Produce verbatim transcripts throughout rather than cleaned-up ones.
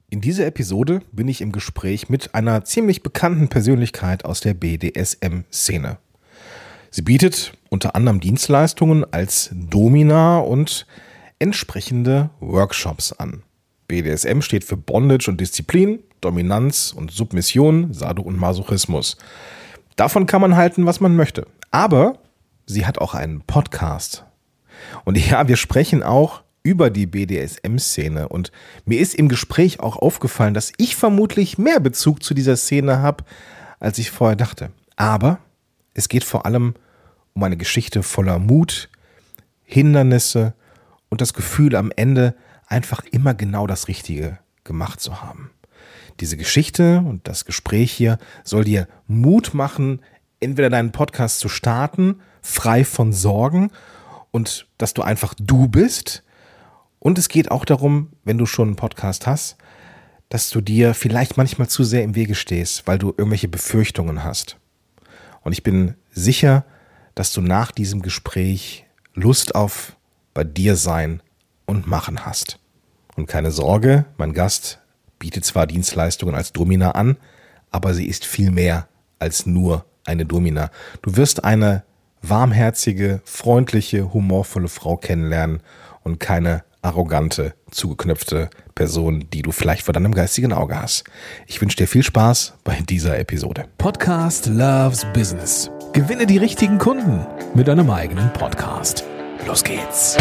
In dieser Episode bin ich im Gespräch mit einer ziemlich bekannten Persönlichkeit aus der B D S M-Szene. Sie bietet unter anderem Dienstleistungen als Domina und entsprechende Workshops an. B D S M steht für Bondage und Disziplin, Dominanz und Submission, Sado und Masochismus. Davon kann man halten, was man möchte. Aber sie hat auch einen Podcast. Und ja, wir sprechen auch über die B D S M-Szene. Und mir ist im Gespräch auch aufgefallen, dass ich vermutlich mehr Bezug zu dieser Szene habe, als ich vorher dachte. Aber es geht vor allem um eine Geschichte voller Mut, Hindernisse und das Gefühl, am Ende einfach immer genau das Richtige gemacht zu haben. Diese Geschichte und das Gespräch hier soll dir Mut machen, entweder deinen Podcast zu starten, frei von Sorgen und dass du einfach du bist. Und es geht auch darum, wenn du schon einen Podcast hast, dass du dir vielleicht manchmal zu sehr im Wege stehst, weil du irgendwelche Befürchtungen hast. Und ich bin sicher, dass du nach diesem Gespräch Lust auf bei dir sein und machen hast. Und keine Sorge, mein Gast bietet zwar Dienstleistungen als Domina an, aber sie ist viel mehr als nur eine Domina. Du wirst eine warmherzige, freundliche, humorvolle Frau kennenlernen und keine arrogante, zugeknöpfte Person, die du vielleicht vor deinem geistigen Auge hast. Ich wünsche dir viel Spaß bei dieser Episode. Podcast Loves Business. Gewinne die richtigen Kunden mit deinem eigenen Podcast. Los geht's.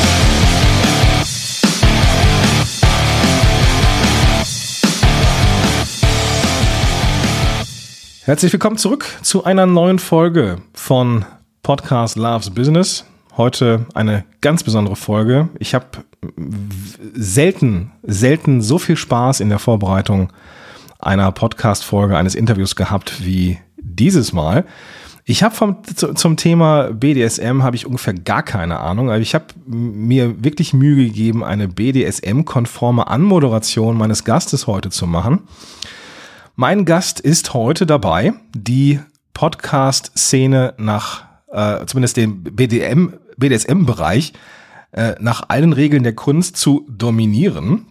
Herzlich willkommen zurück zu einer neuen Folge von Podcast Loves Business. Heute eine ganz besondere Folge. Ich habe selten, selten so viel Spaß in der Vorbereitung einer Podcast-Folge, eines Interviews gehabt wie dieses Mal. Ich habe vom zum Thema B D S M habe ich ungefähr gar keine Ahnung. Aber ich habe mir wirklich Mühe gegeben, eine B D S M-konforme Anmoderation meines Gastes heute zu machen. Mein Gast ist heute dabei, die Podcast-Szene nach, äh, zumindest den B D M, B D S M-Bereich, äh, nach allen Regeln der Kunst zu dominieren.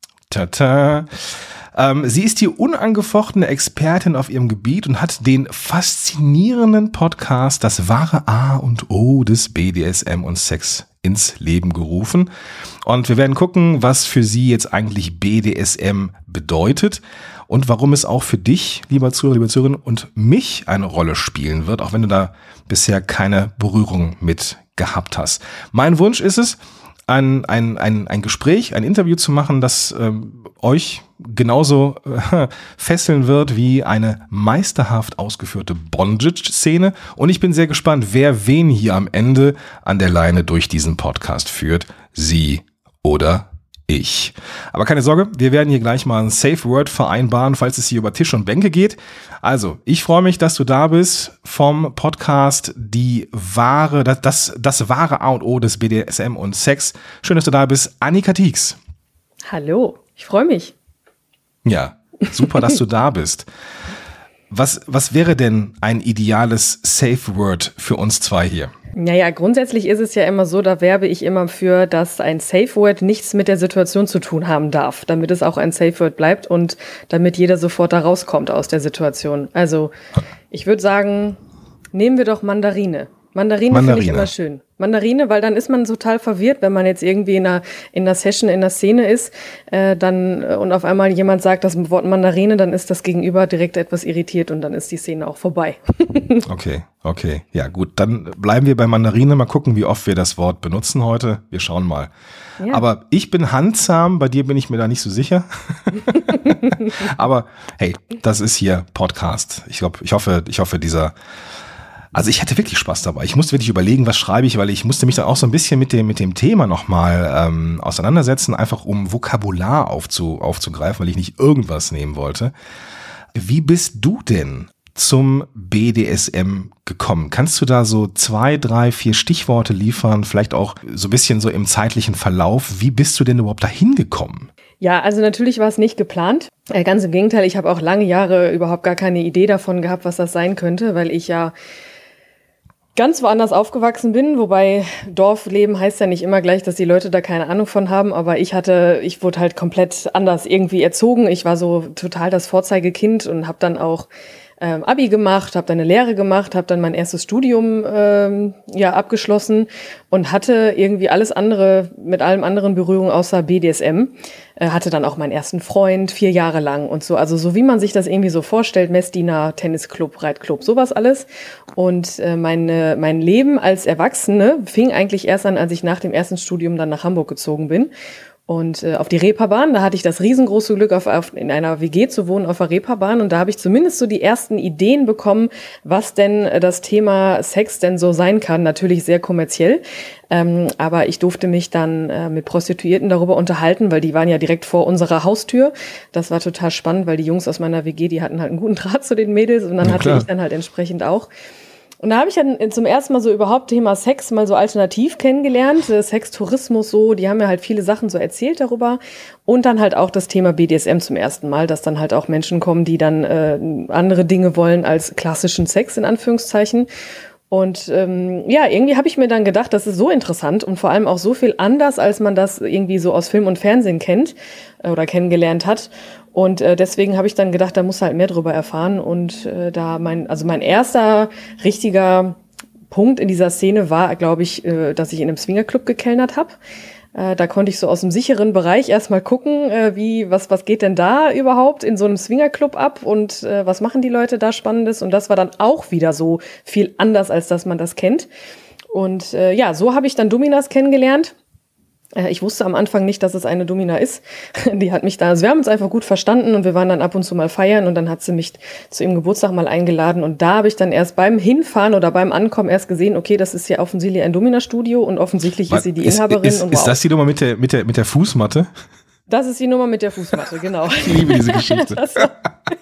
Tata. Ähm, sie ist die unangefochtene Expertin auf ihrem Gebiet und hat den faszinierenden Podcast Das wahre A und O des B D S M und Sex ins Leben gerufen. Und wir werden gucken, was für sie jetzt eigentlich B D S M bedeutet und warum es auch für dich, lieber Zuhörer, liebe Zuhörerin, und mich eine Rolle spielen wird, auch wenn du da bisher keine Berührung mit gehabt hast. Mein Wunsch ist es, ein, ein, ein, ein Gespräch, ein Interview zu machen, das ähm, euch genauso äh, fesseln wird wie eine meisterhaft ausgeführte Bondage-Szene. Und ich bin sehr gespannt, wer wen hier am Ende an der Leine durch diesen Podcast führt. Sie oder ich. Aber keine Sorge, wir werden hier gleich mal ein Safe Word vereinbaren, falls es hier über Tisch und Bänke geht. Also, ich freue mich, dass du da bist vom Podcast Die wahre, das, das, das wahre A und O des B D S M und Sex. Schön, dass du da bist, Annika Tieks. Hallo, ich freue mich. Ja, super, dass du da bist. Was, was wäre denn ein ideales Safe Word für uns zwei hier? Naja, grundsätzlich ist es ja immer so, da werbe ich immer für, dass ein Safe Word nichts mit der Situation zu tun haben darf, damit es auch ein Safe Word bleibt und damit jeder sofort da rauskommt aus der Situation. Also ich würde sagen, nehmen wir doch Mandarine. Mandarine, Mandarine. finde ich immer schön. Mandarine, weil dann ist man total verwirrt, wenn man jetzt irgendwie in einer, in einer Session, in einer Szene ist, äh, dann und auf einmal jemand sagt das Wort Mandarine, dann ist das Gegenüber direkt etwas irritiert und dann ist die Szene auch vorbei. Okay, okay. Ja gut, dann bleiben wir bei Mandarine. Mal gucken, wie oft wir das Wort benutzen heute. Wir schauen mal. Ja. Aber ich bin handsam, bei dir bin ich mir da nicht so sicher. Aber hey, das ist hier Podcast. Ich glaube, ich hoffe, ich hoffe, dieser Also ich hatte wirklich Spaß dabei. Ich musste wirklich überlegen, was schreibe ich, weil ich musste mich dann auch so ein bisschen mit dem mit dem Thema nochmal ähm, auseinandersetzen, einfach um Vokabular aufzu, aufzugreifen, weil ich nicht irgendwas nehmen wollte. Wie bist du denn zum B D S M gekommen? Kannst du da so zwei, drei, vier Stichworte liefern, vielleicht auch so ein bisschen so im zeitlichen Verlauf? Wie bist du denn überhaupt dahin gekommen? Ja, also natürlich war es nicht geplant. Äh, ganz im Gegenteil, ich habe auch lange Jahre überhaupt gar keine Idee davon gehabt, was das sein könnte, weil ich ja ganz woanders aufgewachsen bin, wobei Dorfleben heißt ja nicht immer gleich, dass die Leute da keine Ahnung von haben, aber ich hatte, ich wurde halt komplett anders irgendwie erzogen. Ich war so total das Vorzeigekind und habe dann auch ähm, Abi gemacht, habe dann eine Lehre gemacht, habe dann mein erstes Studium ähm, ja abgeschlossen und hatte irgendwie alles andere, mit allem anderen Berührung außer B D S M. Äh, hatte dann auch meinen ersten Freund, vier Jahre lang und so. Also so wie man sich das irgendwie so vorstellt, Messdiener, Tennisclub, Reitclub, sowas alles. Und äh, meine, mein Leben als Erwachsene fing eigentlich erst an, als ich nach dem ersten Studium dann nach Hamburg gezogen bin. Und äh, auf die Reeperbahn, da hatte ich das riesengroße Glück, auf, auf, in einer W G zu wohnen auf der Reeperbahn. Und da habe ich zumindest so die ersten Ideen bekommen, was denn äh, das Thema Sex denn so sein kann. Natürlich sehr kommerziell. Ähm, aber ich durfte mich dann äh, mit Prostituierten darüber unterhalten, weil die waren ja direkt vor unserer Haustür. Das war total spannend, weil die Jungs aus meiner W G, die hatten halt einen guten Draht zu den Mädels. Und dann ja, hatte klar. ich dann halt entsprechend auch. Und da habe ich dann zum ersten Mal so überhaupt Thema Sex mal so alternativ kennengelernt. Sextourismus so, die haben mir halt viele Sachen so erzählt darüber. Und dann halt auch das Thema B D S M zum ersten Mal, dass dann halt auch Menschen kommen, die dann äh, andere Dinge wollen als klassischen Sex in Anführungszeichen. Und ähm, ja, irgendwie habe ich mir dann gedacht, das ist so interessant und vor allem auch so viel anders, als man das irgendwie so aus Film und Fernsehen kennt äh, oder kennengelernt hat. Und äh, deswegen habe ich dann gedacht, da muss halt mehr drüber erfahren. Und äh, da mein, also mein erster richtiger Punkt in dieser Szene war, glaube ich, äh, dass ich in einem Swingerclub gekellnert habe. Äh, da konnte ich so aus dem sicheren Bereich erstmal gucken, äh, wie, was, was geht denn da überhaupt in so einem Swingerclub ab und äh, was machen die Leute da Spannendes? Und das war dann auch wieder so viel anders, als dass man das kennt. Und äh, ja, so habe ich dann Dominas kennengelernt. Ich wusste am Anfang nicht, dass es eine Domina ist. Die hat mich da, also wir haben uns einfach gut verstanden und wir waren dann ab und zu mal feiern und dann hat sie mich zu ihrem Geburtstag mal eingeladen und da habe ich dann erst beim Hinfahren oder beim Ankommen erst gesehen, okay, das ist ja offensichtlich ein Domina-Studio und offensichtlich Was, ist sie die ist, Inhaberin. Ist, und wow. ist das die Nummer mit der, mit der, mit der Fußmatte? Das ist die Nummer mit der Fußmatte, genau. Ich liebe diese Geschichte. Das war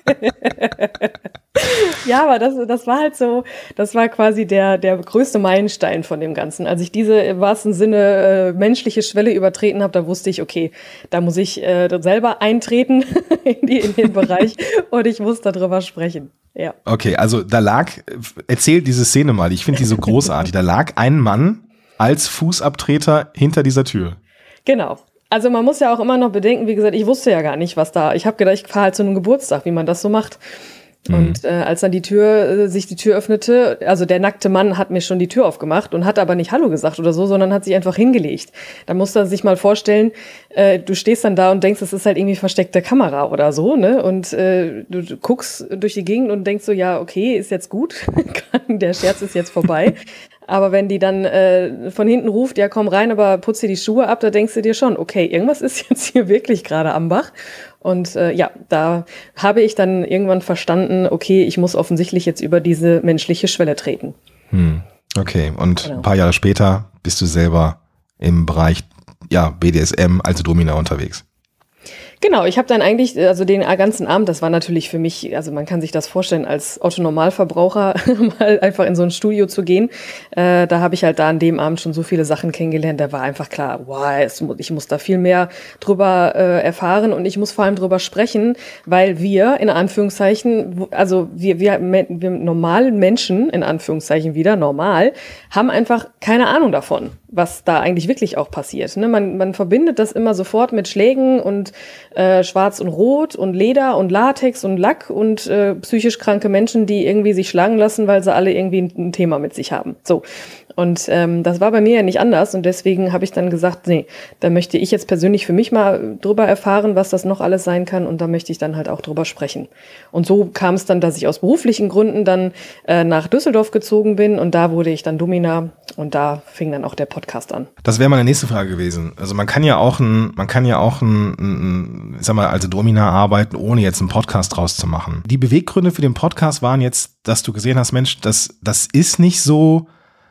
ja, aber das, das war halt so, das war quasi der, der größte Meilenstein von dem Ganzen. Als ich diese im wahrsten Sinne äh, menschliche Schwelle übertreten habe, da wusste ich, okay, da muss ich äh, selber eintreten in, die, in den Bereich und ich muss darüber sprechen. Ja. Okay, also da lag, erzähl diese Szene mal, ich finde die so großartig, da lag ein Mann als Fußabtreter hinter dieser Tür. Genau. Also man muss ja auch immer noch bedenken, wie gesagt, ich wusste ja gar nicht, was da, ich habe gedacht, ich fahre halt zu einem Geburtstag, wie man das so macht. Mhm. Und äh, als dann die Tür, äh, sich die Tür öffnete, also der nackte Mann hat mir schon die Tür aufgemacht und hat aber nicht Hallo gesagt oder so, sondern hat sich einfach hingelegt. Da musst du sich mal vorstellen, äh, du stehst dann da und denkst, das ist halt irgendwie versteckte Kamera oder so, ne? Und äh, du, du guckst durch die Gegend und denkst so, ja, okay, ist jetzt gut, der Scherz ist jetzt vorbei. Aber wenn die dann äh, von hinten ruft, ja komm rein, aber putz dir die Schuhe ab, da denkst du dir schon, okay, irgendwas ist jetzt hier wirklich gerade am Bach. Und äh, ja, da habe ich dann irgendwann verstanden, okay, ich muss offensichtlich jetzt über diese menschliche Schwelle treten. Hm. Okay, und genau. Ein paar Jahre später bist du selber im Bereich ja, B D S M, also Domina, unterwegs. Genau, ich habe dann eigentlich, also den ganzen Abend, das war natürlich für mich, also man kann sich das vorstellen, als Otto-Normalverbraucher mal einfach in so ein Studio zu gehen. Äh, da habe ich halt da an dem Abend schon so viele Sachen kennengelernt, da war einfach klar, wow, es, ich muss da viel mehr drüber äh, erfahren und ich muss vor allem drüber sprechen, weil wir, in Anführungszeichen, also wir, wir, wir normalen Menschen, in Anführungszeichen wieder, normal, haben einfach keine Ahnung davon, was da eigentlich wirklich auch passiert. Ne? Man, man verbindet das immer sofort mit Schlägen und äh, Schwarz und Rot und Leder und Latex und Lack und äh, psychisch kranke Menschen, die irgendwie sich schlagen lassen, weil sie alle irgendwie ein, ein Thema mit sich haben. So. Und ähm, das war bei mir ja nicht anders und deswegen habe ich dann gesagt, nee, da möchte ich jetzt persönlich für mich mal drüber erfahren, was das noch alles sein kann und da möchte ich dann halt auch drüber sprechen. Und so kam es dann, dass ich aus beruflichen Gründen dann äh, nach Düsseldorf gezogen bin und da wurde ich dann Domina und da fing dann auch der Podcast an. Das wäre meine nächste Frage gewesen. Also man kann ja auch ein, man kann ja auch ein, ein, ich sag mal, als Domina arbeiten, ohne jetzt einen Podcast draus zu machen. Die Beweggründe für den Podcast waren jetzt, dass du gesehen hast, Mensch, das, das ist nicht so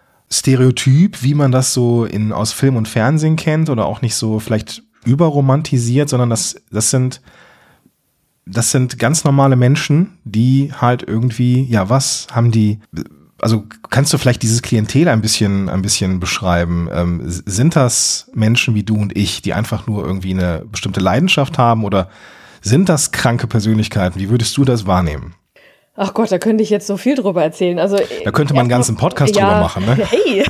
Stereotyp, wie man das so in, aus Film und Fernsehen kennt oder auch nicht so vielleicht überromantisiert, sondern das, das sind, das sind ganz normale Menschen, die halt irgendwie, ja, was haben die, also kannst du vielleicht dieses Klientel ein bisschen, ein bisschen beschreiben? Ähm, sind das Menschen wie du und ich, die einfach nur irgendwie eine bestimmte Leidenschaft haben oder sind das kranke Persönlichkeiten? Wie würdest du das wahrnehmen? Ach Gott, da könnte ich jetzt so viel drüber erzählen. Also, da könnte man einen ganzen Podcast ja, drüber machen, ne? Hey!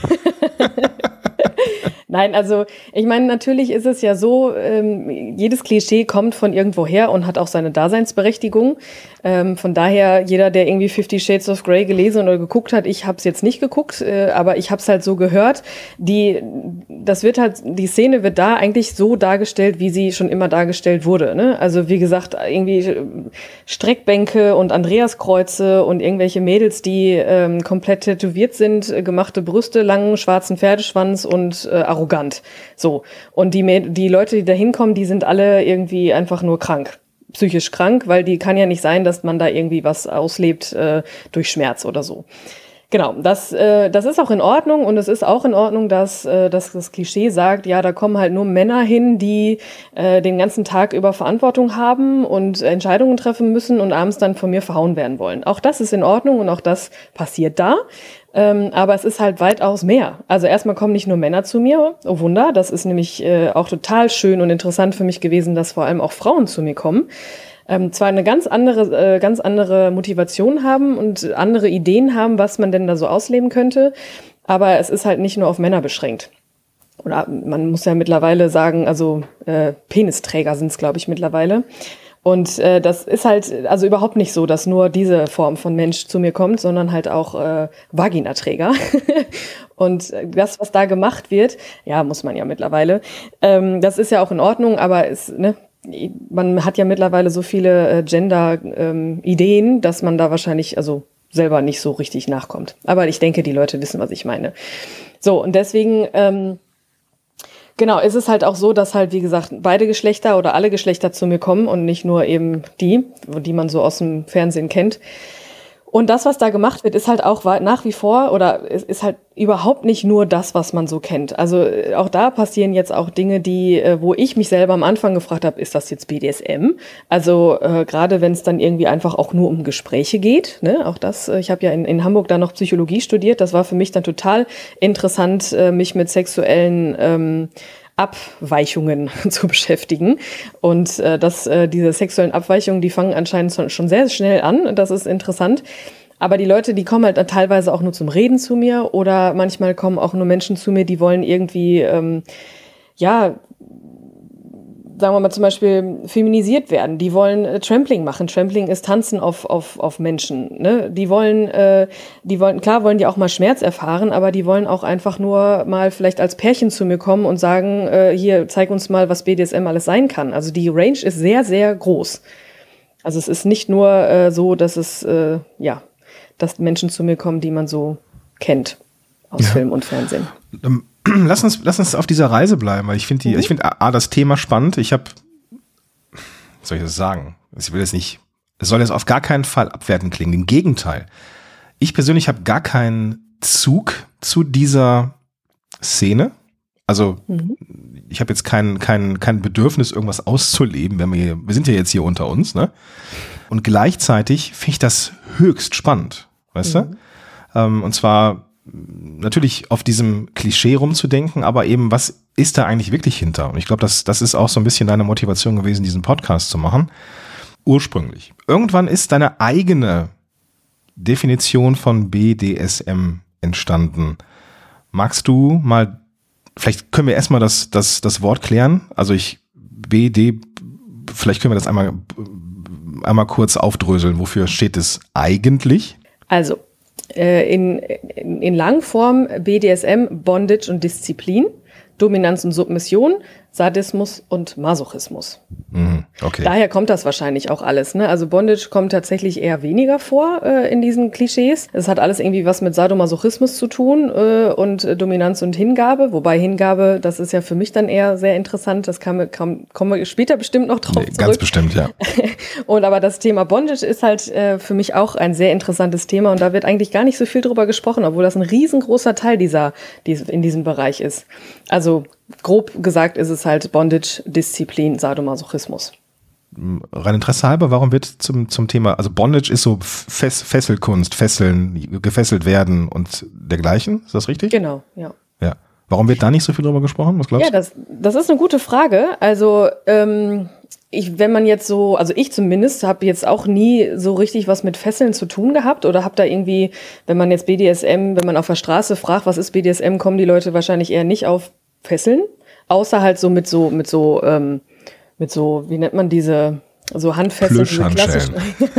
Nein, also ich meine, natürlich ist es ja so, ähm, jedes Klischee kommt von irgendwo her und hat auch seine Daseinsberechtigung. Ähm, von daher, jeder, der irgendwie Fifty Shades of Grey gelesen oder geguckt hat, ich habe es jetzt nicht geguckt, äh, aber ich habe es halt so gehört. Die, das wird halt, die Szene wird da eigentlich so dargestellt, wie sie schon immer dargestellt wurde. Ne? Also wie gesagt, irgendwie Streckbänke und Andreaskreuze und irgendwelche Mädels, die ähm, komplett tätowiert sind, äh, gemachte Brüste, langen schwarzen Pferdeschwanz und äh, arrogant. So. Und die, die Leute, die da hinkommen, die sind alle irgendwie einfach nur krank. Psychisch krank, weil die kann ja nicht sein, dass man da irgendwie was auslebt äh, durch Schmerz oder so. Genau, das, äh, das ist auch in Ordnung und es ist auch in Ordnung, dass, äh, dass das Klischee sagt, ja, da kommen halt nur Männer hin, die äh, den ganzen Tag über Verantwortung haben und Entscheidungen treffen müssen und abends dann von mir verhauen werden wollen. Auch das ist in Ordnung und auch das passiert da. Ähm, aber es ist halt weitaus mehr. Also erstmal kommen nicht nur Männer zu mir, oh Wunder, das ist nämlich äh, auch total schön und interessant für mich gewesen, dass vor allem auch Frauen zu mir kommen. Ähm, zwar eine ganz andere, äh, ganz andere Motivation haben und andere Ideen haben, was man denn da so ausleben könnte, aber es ist halt nicht nur auf Männer beschränkt. Oder man muss ja mittlerweile sagen, also äh, Penisträger sind es, glaube ich, mittlerweile. Und äh, das ist halt also überhaupt nicht so, dass nur diese Form von Mensch zu mir kommt, sondern halt auch äh, Vaginaträger. Und das, was da gemacht wird, ja, muss man ja mittlerweile, ähm, das ist ja auch in Ordnung, aber es, ne, man hat ja mittlerweile so viele äh, Gender-Ideen, ähm, dass man da wahrscheinlich also selber nicht so richtig nachkommt. Aber ich denke, die Leute wissen, was ich meine. So, und deswegen... Ähm, Genau, ist es halt auch so, dass halt, wie gesagt, beide Geschlechter oder alle Geschlechter zu mir kommen und nicht nur eben die, die man so aus dem Fernsehen kennt. Und das, was da gemacht wird, ist halt auch nach wie vor oder ist halt überhaupt nicht nur das, was man so kennt. Also auch da passieren jetzt auch Dinge, die, wo ich mich selber am Anfang gefragt habe, ist das jetzt B D S M? Also äh, gerade wenn es dann irgendwie einfach auch nur um Gespräche geht, ne? Auch das, ich habe ja in, in Hamburg da noch Psychologie studiert, das war für mich dann total interessant, äh, mich mit sexuellen ähm, Abweichungen zu beschäftigen. Und äh, das, äh, diese sexuellen Abweichungen, die fangen anscheinend schon sehr schnell an. Das ist interessant. Aber die Leute, die kommen halt dann teilweise auch nur zum Reden zu mir oder manchmal kommen auch nur Menschen zu mir, die wollen irgendwie, ähm, ja, sagen wir mal zum Beispiel feminisiert werden. Die wollen äh, Trampling machen. Trampling ist Tanzen auf auf auf Menschen. Ne? Die wollen, äh, die wollen, klar wollen die auch mal Schmerz erfahren, aber die wollen auch einfach nur mal vielleicht als Pärchen zu mir kommen und sagen, äh, hier zeig uns mal, was B D S M alles sein kann. Also die Range ist sehr sehr groß. Also es ist nicht nur äh, so, dass es äh, ja, dass Menschen zu mir kommen, die man so kennt aus ja. Film und Fernsehen. Um Lass uns, lass uns auf dieser Reise bleiben, weil ich finde die, mhm. ich finde A, das Thema spannend. Ich habe, soll ich das sagen? Ich will jetzt nicht, es soll jetzt auf gar keinen Fall abwertend klingen. Im Gegenteil. Ich persönlich habe gar keinen Zug zu dieser Szene. Also, mhm. ich habe jetzt kein, kein, kein Bedürfnis, irgendwas auszuleben, wenn wir, wir sind ja jetzt hier unter uns, ne? Und gleichzeitig finde ich das höchst spannend, weißt mhm. du? Ähm, und zwar, natürlich auf diesem Klischee rumzudenken, aber eben, was ist da eigentlich wirklich hinter? Und ich glaube, das, das ist auch so ein bisschen deine Motivation gewesen, diesen Podcast zu machen. Ursprünglich. Irgendwann ist deine eigene Definition von B D S M entstanden. Magst du mal, vielleicht können wir erstmal das, das, das Wort klären. Also ich, B D, vielleicht können wir das einmal, einmal kurz aufdröseln. Wofür steht es eigentlich? Also, In, in, in Langform B D S M, Bondage und Disziplin, Dominanz und Submission, Sadismus und Masochismus. Okay. Daher kommt das wahrscheinlich auch alles. Ne? Also Bondage kommt tatsächlich eher weniger vor äh, in diesen Klischees. Es hat alles irgendwie was mit Sadomasochismus zu tun äh, und äh, Dominanz und Hingabe. Wobei Hingabe, das ist ja für mich dann eher sehr interessant. Das kann, kann, kommen wir später bestimmt noch drauf nee, zurück. Ganz bestimmt, ja. Und aber das Thema Bondage ist halt äh, für mich auch ein sehr interessantes Thema. Und da wird eigentlich gar nicht so viel drüber gesprochen, obwohl das ein riesengroßer Teil dieser, die in diesem Bereich ist. Also grob gesagt ist es halt Bondage, Disziplin, Sadomasochismus. Rein Interesse halber, warum wird zum, zum Thema, also Bondage ist so Fess, Fesselkunst, Fesseln, gefesselt werden und dergleichen, ist das richtig? Genau, ja. Ja. Warum wird da nicht so viel drüber gesprochen? Was glaubst du? Ja, das, das ist eine gute Frage. Also ähm, ich, wenn man jetzt so, also ich zumindest, habe jetzt auch nie so richtig was mit Fesseln zu tun gehabt oder habe da irgendwie, wenn man jetzt B D S M, wenn man auf der Straße fragt, was ist B D S M, kommen die Leute wahrscheinlich eher nicht auf Fesseln, außer halt so mit so, mit so, ähm, mit so, wie nennt man diese, so Handfesseln. Plüschhandschellen.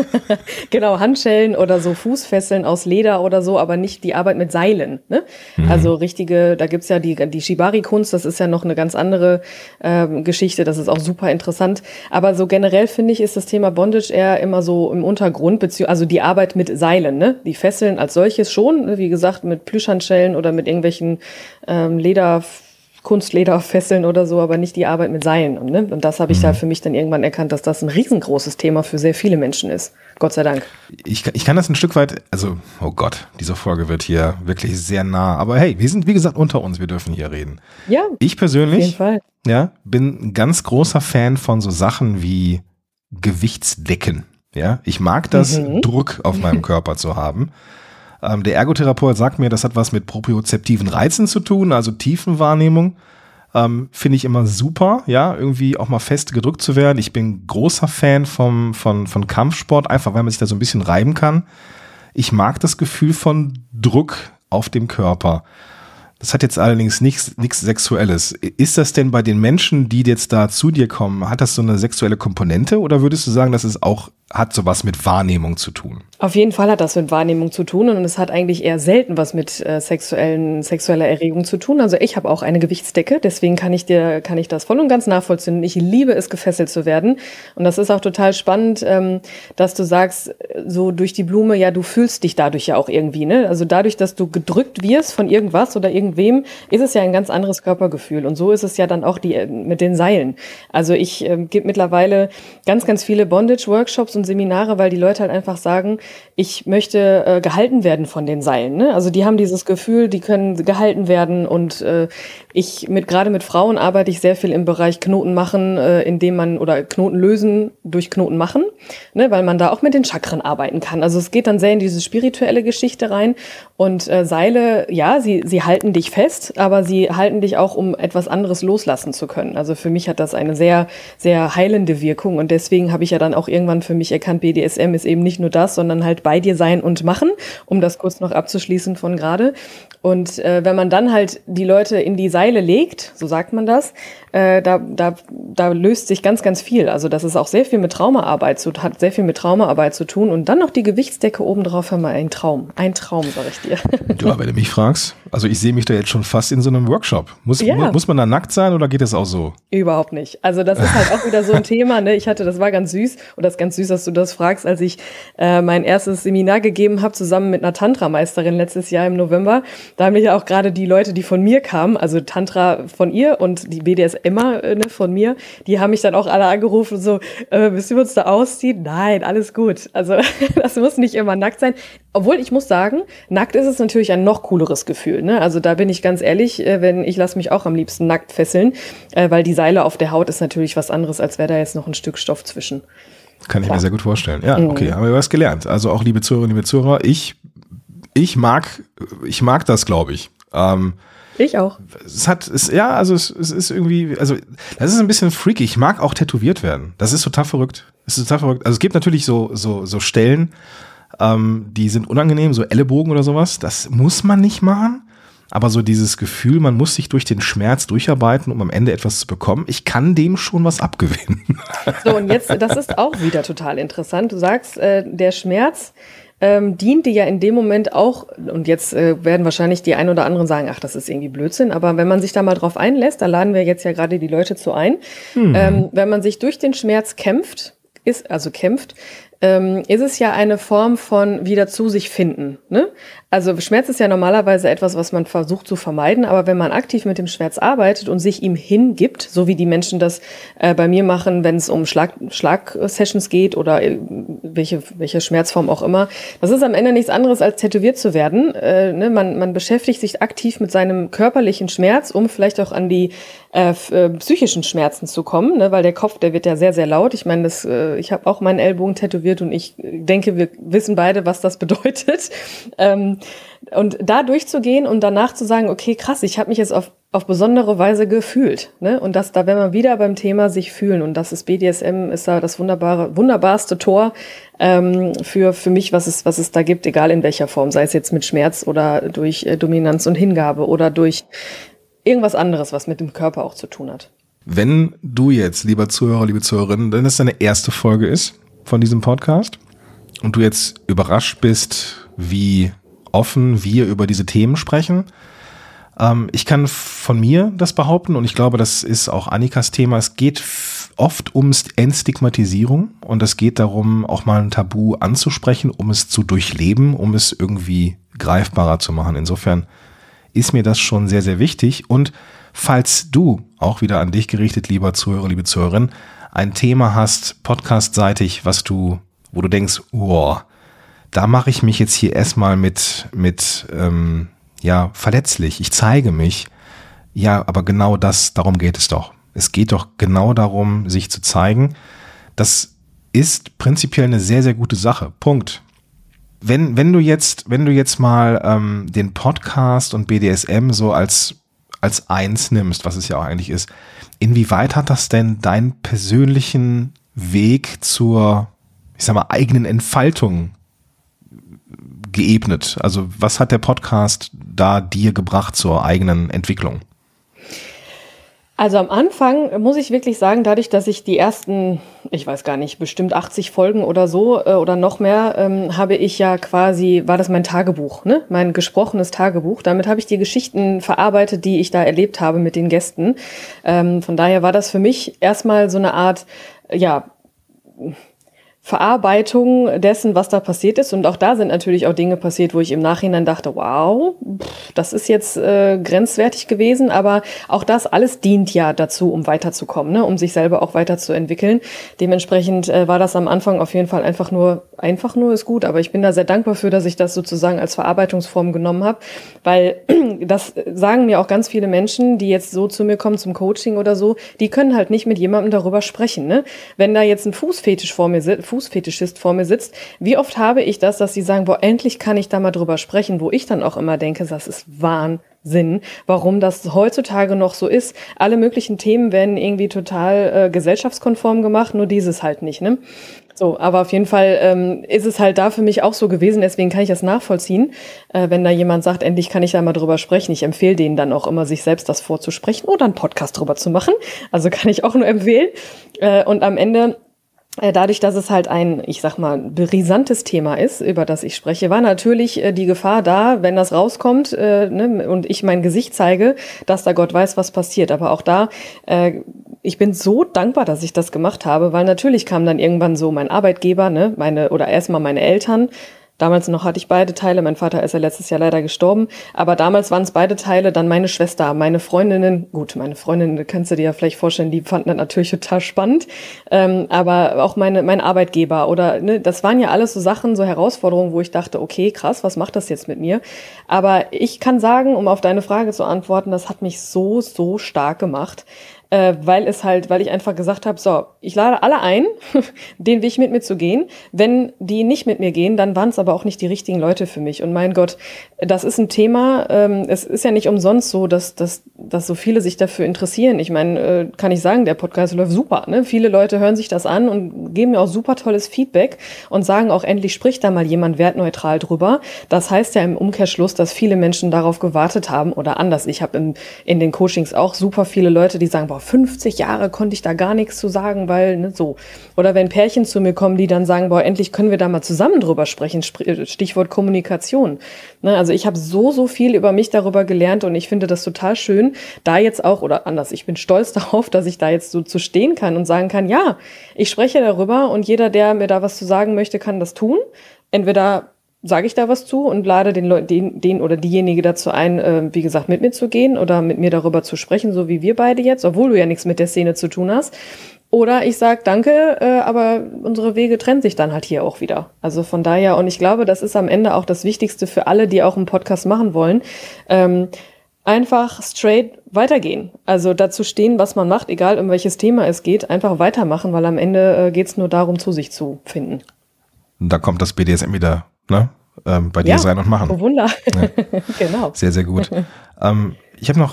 Genau, Handschellen oder so Fußfesseln aus Leder oder so, aber nicht die Arbeit mit Seilen. Ne? Mhm. Also richtige, da gibt's ja die, die Shibari-Kunst, das ist ja noch eine ganz andere ähm, Geschichte, das ist auch super interessant. Aber so generell finde ich, ist das Thema Bondage eher immer so im Untergrund, beziehungsweise also die Arbeit mit Seilen, ne? Die Fesseln als solches schon, wie gesagt, mit Plüschhandschellen oder mit irgendwelchen ähm, Leder Kunstlederfesseln oder so, aber nicht die Arbeit mit Seilen. Und, ne? und das habe ich mhm. da für mich dann irgendwann erkannt, dass das ein riesengroßes Thema für sehr viele Menschen ist. Gott sei Dank. Ich, ich kann das ein Stück weit, also, oh Gott, diese Folge wird hier wirklich sehr nah. Aber hey, wir sind, wie gesagt, unter uns, wir dürfen hier reden. Ja, ich persönlich, auf jeden Fall. Ja, bin ein ganz großer Fan von so Sachen wie Gewichtsdecken. Ja, ich mag das, mhm. Druck auf meinem Körper zu haben. Ähm, der Ergotherapeut sagt mir, das hat was mit propriozeptiven Reizen zu tun, also Tiefenwahrnehmung. Ähm, finde ich immer super, ja, irgendwie auch mal fest gedrückt zu werden. Ich bin großer Fan vom, von, von Kampfsport, einfach weil man sich da so ein bisschen reiben kann. Ich mag das Gefühl von Druck auf dem Körper. Das hat jetzt allerdings nichts, nichts Sexuelles. Ist das denn bei den Menschen, die jetzt da zu dir kommen, hat das so eine sexuelle Komponente oder würdest du sagen, dass es auch hat sowas mit Wahrnehmung zu tun? Auf jeden Fall hat das mit Wahrnehmung zu tun und es hat eigentlich eher selten was mit äh, sexuellen, sexueller Erregung zu tun. Also ich habe auch eine Gewichtsdecke, deswegen kann ich dir, kann ich das voll und ganz nachvollziehen. Ich liebe es, gefesselt zu werden und das ist auch total spannend, ähm, dass du sagst, so durch die Blume, ja, du fühlst dich dadurch ja auch irgendwie, ne? Also dadurch, dass du gedrückt wirst von irgendwas oder irgendwem, ist es ja ein ganz anderes Körpergefühl und so ist es ja dann auch die mit den Seilen. Also ich äh, gebe mittlerweile ganz, ganz viele Bondage-Workshops und Seminare, weil die Leute halt einfach sagen, ich möchte äh, gehalten werden von den Seilen. Ne? Also die haben dieses Gefühl, die können gehalten werden und äh, ich mit gerade mit Frauen arbeite ich sehr viel im Bereich Knoten machen, äh, indem man oder Knoten lösen durch Knoten machen, ne? Weil man da auch mit den Chakren arbeiten kann. Also es geht dann sehr in diese spirituelle Geschichte rein und äh, Seile, ja, sie sie halten dich fest, aber sie halten dich auch, um etwas anderes loslassen zu können. Also für mich hat das eine sehr sehr heilende Wirkung und deswegen habe ich ja dann auch irgendwann für mich erkannt, B D S M ist eben nicht nur das, sondern halt bei dir sein und machen, um das kurz noch abzuschließen von gerade. Und äh, wenn man dann halt die Leute in die Seile legt, so sagt man das, äh, da, da, da löst sich ganz, ganz viel. Also das ist auch sehr viel mit Traumaarbeit zu, hat sehr viel mit Traumaarbeit zu tun. Und dann noch die Gewichtsdecke obendrauf, haben wir ein Traum. Ein Traum, sag ich dir. Du, aber wenn du mich fragst, also ich sehe mich da jetzt schon fast in so einem Workshop. Muss, ja. muss man da nackt sein oder geht das auch so? Überhaupt nicht. Also das ist halt auch wieder so ein Thema. Ne? Ich hatte, das war ganz süß, und das ist ganz süß, dass du das fragst, als ich äh, mein erstes Seminar gegeben habe, zusammen mit einer Tantra-Meisterin letztes Jahr im November. Da haben mich ja auch gerade die Leute, die von mir kamen, also Tantra von ihr und die B D S M-er äh, ne, von mir, die haben mich dann auch alle angerufen und so, äh, müssen wir uns da ausziehen? Nein, alles gut. Also das muss nicht immer nackt sein. Obwohl, ich muss sagen, nackt ist es natürlich ein noch cooleres Gefühl. Ne? Also da bin ich ganz ehrlich, äh, wenn ich lasse mich auch am liebsten nackt fesseln, äh, weil die Seile auf der Haut ist natürlich was anderes, als wäre da jetzt noch ein Stück Stoff zwischen. Kann ich Klar. mir sehr gut vorstellen. Ja, okay, mhm. haben wir was gelernt. Also auch liebe Zuhörerinnen, liebe Zuhörer, ich Ich mag, ich mag das, glaube ich. Ähm, ich auch. Es hat, es, ja, also es, es ist irgendwie, also das ist ein bisschen freaky. Ich mag auch tätowiert werden. Das ist total verrückt. Es ist total verrückt. Also es gibt natürlich so, so, so Stellen, ähm, die sind unangenehm, so Ellenbogen oder sowas. Das muss man nicht machen. Aber so dieses Gefühl, man muss sich durch den Schmerz durcharbeiten, um am Ende etwas zu bekommen. Ich kann dem schon was abgewinnen. So, und jetzt, das ist auch wieder total interessant. Du sagst, äh, der Schmerz ähm, dient dir ja in dem Moment auch, und jetzt äh, werden wahrscheinlich die einen oder anderen sagen, ach, das ist irgendwie Blödsinn, aber wenn man sich da mal drauf einlässt, da laden wir jetzt ja gerade die Leute zu ein, hm. ähm, wenn man sich durch den Schmerz kämpft, ist, also kämpft, ähm, ist es ja eine Form von wieder zu sich finden, ne? Also Schmerz ist ja normalerweise etwas, was man versucht zu vermeiden, aber wenn man aktiv mit dem Schmerz arbeitet und sich ihm hingibt, so wie die Menschen das äh, bei mir machen, wenn es um Schlag, Schlag-Sessions geht oder äh, welche, welche Schmerzform auch immer, das ist am Ende nichts anderes, als tätowiert zu werden. Äh, ne? man, man beschäftigt sich aktiv mit seinem körperlichen Schmerz, um vielleicht auch an die äh, äh, psychischen Schmerzen zu kommen, ne? Weil der Kopf, der wird ja sehr, sehr laut. Ich meine, das, äh, ich habe auch meinen Ellbogen tätowiert und ich denke, wir wissen beide, was das bedeutet. Ähm, Und da durchzugehen und danach zu sagen, okay, krass, ich habe mich jetzt auf auf besondere Weise gefühlt. Ne? Und das, da wären wir wieder beim Thema sich fühlen. Und das ist B D S M, ist da das wunderbare, wunderbarste Tor ähm, für, für mich, was es, was es da gibt, egal in welcher Form. Sei es jetzt mit Schmerz oder durch äh, Dominanz und Hingabe oder durch irgendwas anderes, was mit dem Körper auch zu tun hat. Wenn du jetzt, lieber Zuhörer, liebe Zuhörerin, wenn es deine erste Folge ist von diesem Podcast und du jetzt überrascht bist, wie offen wir über diese Themen sprechen, ich kann von mir das behaupten und ich glaube, das ist auch Annikas Thema. Es geht oft um Entstigmatisierung und es geht darum, auch mal ein Tabu anzusprechen, um es zu durchleben, um es irgendwie greifbarer zu machen. Insofern ist mir das schon sehr, sehr wichtig. Und falls du, auch wieder an dich gerichtet, lieber Zuhörer, liebe Zuhörerin, ein Thema hast, podcastseitig, was du, wo du denkst, wow, da mache ich mich jetzt hier erstmal mit, mit, ähm, ja, verletzlich, ich zeige mich. Ja, aber genau das, darum geht es doch. Es geht doch genau darum, sich zu zeigen. Das ist prinzipiell eine sehr, sehr gute Sache. Punkt. Wenn, wenn du jetzt, wenn du jetzt mal ähm, den Podcast und B D S M so als, als eins nimmst, was es ja auch eigentlich ist, inwieweit hat das denn deinen persönlichen Weg zur, ich sag mal, eigenen Entfaltung geebnet? Also was hat der Podcast da dir gebracht zur eigenen Entwicklung? Also am Anfang muss ich wirklich sagen, dadurch, dass ich die ersten, ich weiß gar nicht, bestimmt achtzig Folgen oder so äh, oder noch mehr, ähm, habe ich ja quasi, war das mein Tagebuch, ne? Mein gesprochenes Tagebuch. Damit habe ich die Geschichten verarbeitet, die ich da erlebt habe mit den Gästen. Ähm, von daher war das für mich erstmal so eine Art, ja, Verarbeitung dessen, was da passiert ist. Und auch da sind natürlich auch Dinge passiert, wo ich im Nachhinein dachte, wow, das ist jetzt äh, grenzwertig gewesen. Aber auch das alles dient ja dazu, um weiterzukommen, ne? Um sich selber auch weiterzuentwickeln. Dementsprechend äh, war das am Anfang auf jeden Fall einfach nur, einfach nur ist gut. Aber ich bin da sehr dankbar für, dass ich das sozusagen als Verarbeitungsform genommen habe. Weil das sagen mir auch ganz viele Menschen, die jetzt so zu mir kommen zum Coaching oder so, die können halt nicht mit jemandem darüber sprechen, ne? Wenn da jetzt ein Fußfetisch vor mir sitzt, Fußfetischist vor mir sitzt, wie oft habe ich das, dass sie sagen, boah, endlich kann ich da mal drüber sprechen, wo ich dann auch immer denke, das ist Wahnsinn, warum das heutzutage noch so ist. Alle möglichen Themen werden irgendwie total äh, gesellschaftskonform gemacht, nur dieses halt nicht, ne? So, aber auf jeden Fall ähm, ist es halt da für mich auch so gewesen, deswegen kann ich das nachvollziehen, äh, wenn da jemand sagt, endlich kann ich da mal drüber sprechen. Ich empfehle denen dann auch immer, sich selbst das vorzusprechen oder einen Podcast drüber zu machen. Also kann ich auch nur empfehlen. Äh, und am Ende dadurch, dass es halt ein, ich sag mal, brisantes Thema ist, über das ich spreche, war natürlich äh, die Gefahr da, wenn das rauskommt äh, ne, und ich mein Gesicht zeige, dass da Gott weiß, was passiert. Aber auch da, äh, ich bin so dankbar, dass ich das gemacht habe, weil natürlich kam dann irgendwann so mein Arbeitgeber, ne, meine oder erstmal meine Eltern. Damals noch hatte ich beide Teile. Mein Vater ist ja letztes Jahr leider gestorben. Aber damals waren es beide Teile. Dann meine Schwester, meine Freundinnen. Gut, meine Freundinnen, kannst du dir ja vielleicht vorstellen, die fanden das natürlich total spannend. Ähm, aber auch meine, mein Arbeitgeber oder, ne, das waren ja alles so Sachen, so Herausforderungen, wo ich dachte, okay, krass, was macht das jetzt mit mir? Aber ich kann sagen, um auf deine Frage zu antworten, das hat mich so, so stark gemacht. Äh, weil es halt, weil ich einfach gesagt habe, so, ich lade alle ein, den Weg mit mir zu gehen. Wenn die nicht mit mir gehen, dann waren es aber auch nicht die richtigen Leute für mich. Und mein Gott, das ist ein Thema, ähm, es ist ja nicht umsonst so, dass, dass, dass so viele sich dafür interessieren. Ich meine, äh, kann ich sagen, der Podcast läuft super, ne? Viele Leute hören sich das an und geben mir auch super tolles Feedback und sagen auch, endlich spricht da mal jemand wertneutral drüber. Das heißt ja im Umkehrschluss, dass viele Menschen darauf gewartet haben oder anders. Ich habe in, in den Coachings auch super viele Leute, die sagen, boah, fünfzig Jahre konnte ich da gar nichts zu sagen, weil, ne, so. Oder wenn Pärchen zu mir kommen, die dann sagen, boah, endlich können wir da mal zusammen drüber sprechen, Stichwort Kommunikation. Ne, also ich habe so, so viel über mich darüber gelernt und ich finde das total schön, da jetzt auch, oder anders, ich bin stolz darauf, dass ich da jetzt so zu stehen kann und sagen kann, ja, ich spreche darüber und jeder, der mir da was zu sagen möchte, kann das tun. Entweder sage ich da was zu und lade den, Leu- den, den oder diejenige dazu ein, äh, wie gesagt, mit mir zu gehen oder mit mir darüber zu sprechen, so wie wir beide jetzt, obwohl du ja nichts mit der Szene zu tun hast. Oder ich sage danke, äh, aber unsere Wege trennen sich dann halt hier auch wieder. Also von daher, und ich glaube, das ist am Ende auch das Wichtigste für alle, die auch einen Podcast machen wollen, ähm, einfach straight weitergehen. Also dazu stehen, was man macht, egal um welches Thema es geht, einfach weitermachen, weil am Ende äh, geht es nur darum, zu sich zu finden. Da kommt das B D S M wieder, ne? Ähm, bei dir ja, sein und machen. Oh Wunder. Ja. Genau. Sehr, sehr gut. ähm, ich habe noch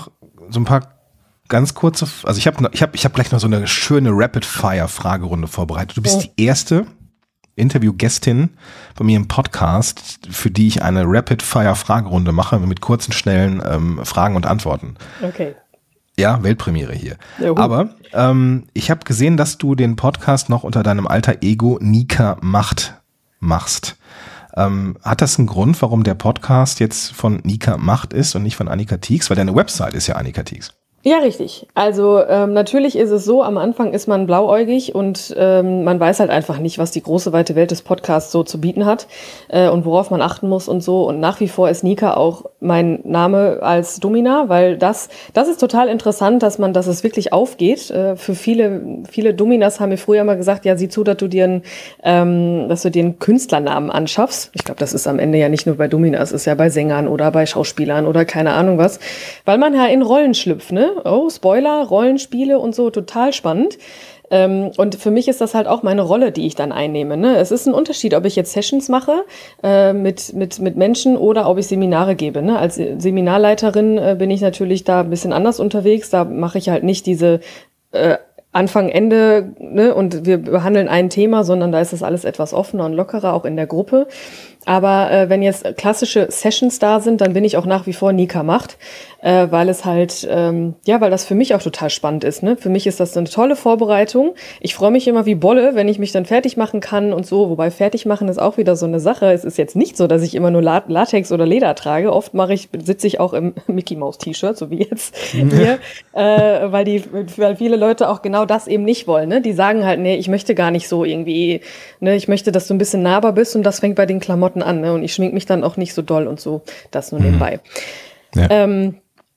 so ein paar ganz kurze, also ich habe ich hab, ich hab gleich noch so eine schöne Rapid-Fire-Fragerunde vorbereitet. Du bist oh. die erste Interviewgästin bei mir im Podcast, für die ich eine Rapid-Fire-Fragerunde mache mit kurzen, schnellen ähm, Fragen und Antworten. Okay. Ja, Weltpremiere hier. Juhu. Aber ähm, ich habe gesehen, dass du den Podcast noch unter deinem alter Ego Nika Macht machst. Ähm, hat das einen Grund, warum der Podcast jetzt von Nika Macht ist und nicht von Annika Tieks? Weil deine Website ist ja Annika Tieks. Ja, richtig. Also ähm, natürlich ist es so, am Anfang ist man blauäugig und ähm, man weiß halt einfach nicht, was die große, weite Welt des Podcasts so zu bieten hat äh, und worauf man achten muss und so. Und nach wie vor ist Nika auch mein Name als Domina, weil das das ist total interessant, dass man, dass es wirklich aufgeht. Äh, für viele viele Dominas haben mir früher mal gesagt, ja, sieh zu, dass du dir einen, ähm, dass du dir einen Künstlernamen anschaffst. Ich glaube, das ist am Ende ja nicht nur bei Dominas, ist ja bei Sängern oder bei Schauspielern oder keine Ahnung was, weil man ja in Rollen schlüpft, ne? Oh, Spoiler, Rollenspiele und so, total spannend. Ähm, und für mich ist das halt auch meine Rolle, die ich dann einnehme. Ne? Es ist ein Unterschied, ob ich jetzt Sessions mache äh, mit, mit, mit Menschen oder ob ich Seminare gebe. Ne? Als Seminarleiterin äh, bin ich natürlich da ein bisschen anders unterwegs. Da mache ich halt nicht diese äh, Anfang, Ende, ne? Und wir behandeln ein Thema, sondern da ist das alles etwas offener und lockerer, auch in der Gruppe. Aber äh, wenn jetzt klassische Sessions da sind, dann bin ich auch nach wie vor Nika Macht, äh, weil es halt, ähm, ja, weil das für mich auch total spannend ist. Ne? Für mich ist das eine tolle Vorbereitung. Ich freue mich immer wie Bolle, wenn ich mich dann fertig machen kann und so. Wobei fertig machen ist auch wieder so eine Sache. Es ist jetzt nicht so, dass ich immer nur Latex oder Leder trage. Oft mache ich, sitze ich auch im Mickey Mouse T-Shirt, so wie jetzt hier, äh, weil die, weil viele Leute auch genau das eben nicht wollen. Ne? Die sagen halt, nee, ich möchte gar nicht so irgendwie, ne, ich möchte, dass du ein bisschen nahbar bist und das fängt bei den Klamotten an, ne? Und ich schmink mich dann auch nicht so doll und so, das nur nebenbei. Ja, ähm,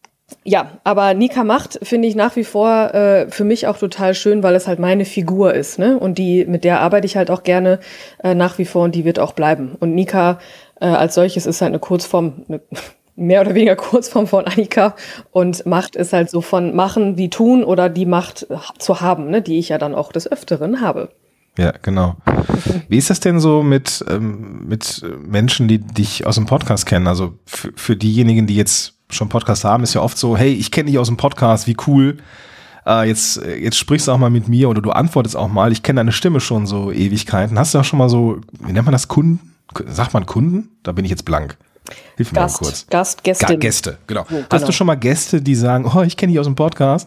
ja, aber Nika Macht finde ich nach wie vor äh, für mich auch total schön, weil es halt meine Figur ist, ne? Und die, mit der arbeite ich halt auch gerne äh, nach wie vor und die wird auch bleiben. Und Nika äh, als solches ist halt eine Kurzform, eine mehr oder weniger Kurzform von Annika, und Macht ist halt so von machen wie tun oder die Macht zu haben, ne? Die ich ja dann auch des Öfteren habe. Ja, genau. Wie ist das denn so mit, ähm, mit Menschen, die dich aus dem Podcast kennen? Also für, für diejenigen, die jetzt schon Podcast haben, ist ja oft so, hey, ich kenne dich aus dem Podcast, wie cool. Äh, jetzt, jetzt sprichst du auch mal mit mir oder du antwortest auch mal. Ich kenne deine Stimme schon so Ewigkeiten. Hast du auch schon mal so, wie nennt man das, Kunden? Sagt man Kunden? Da bin ich jetzt blank. Hilf mir Gast, mal kurz. Gast, Gästin. Gäste, genau. So, genau. Hast du schon mal Gäste, die sagen, oh, ich kenne dich aus dem Podcast?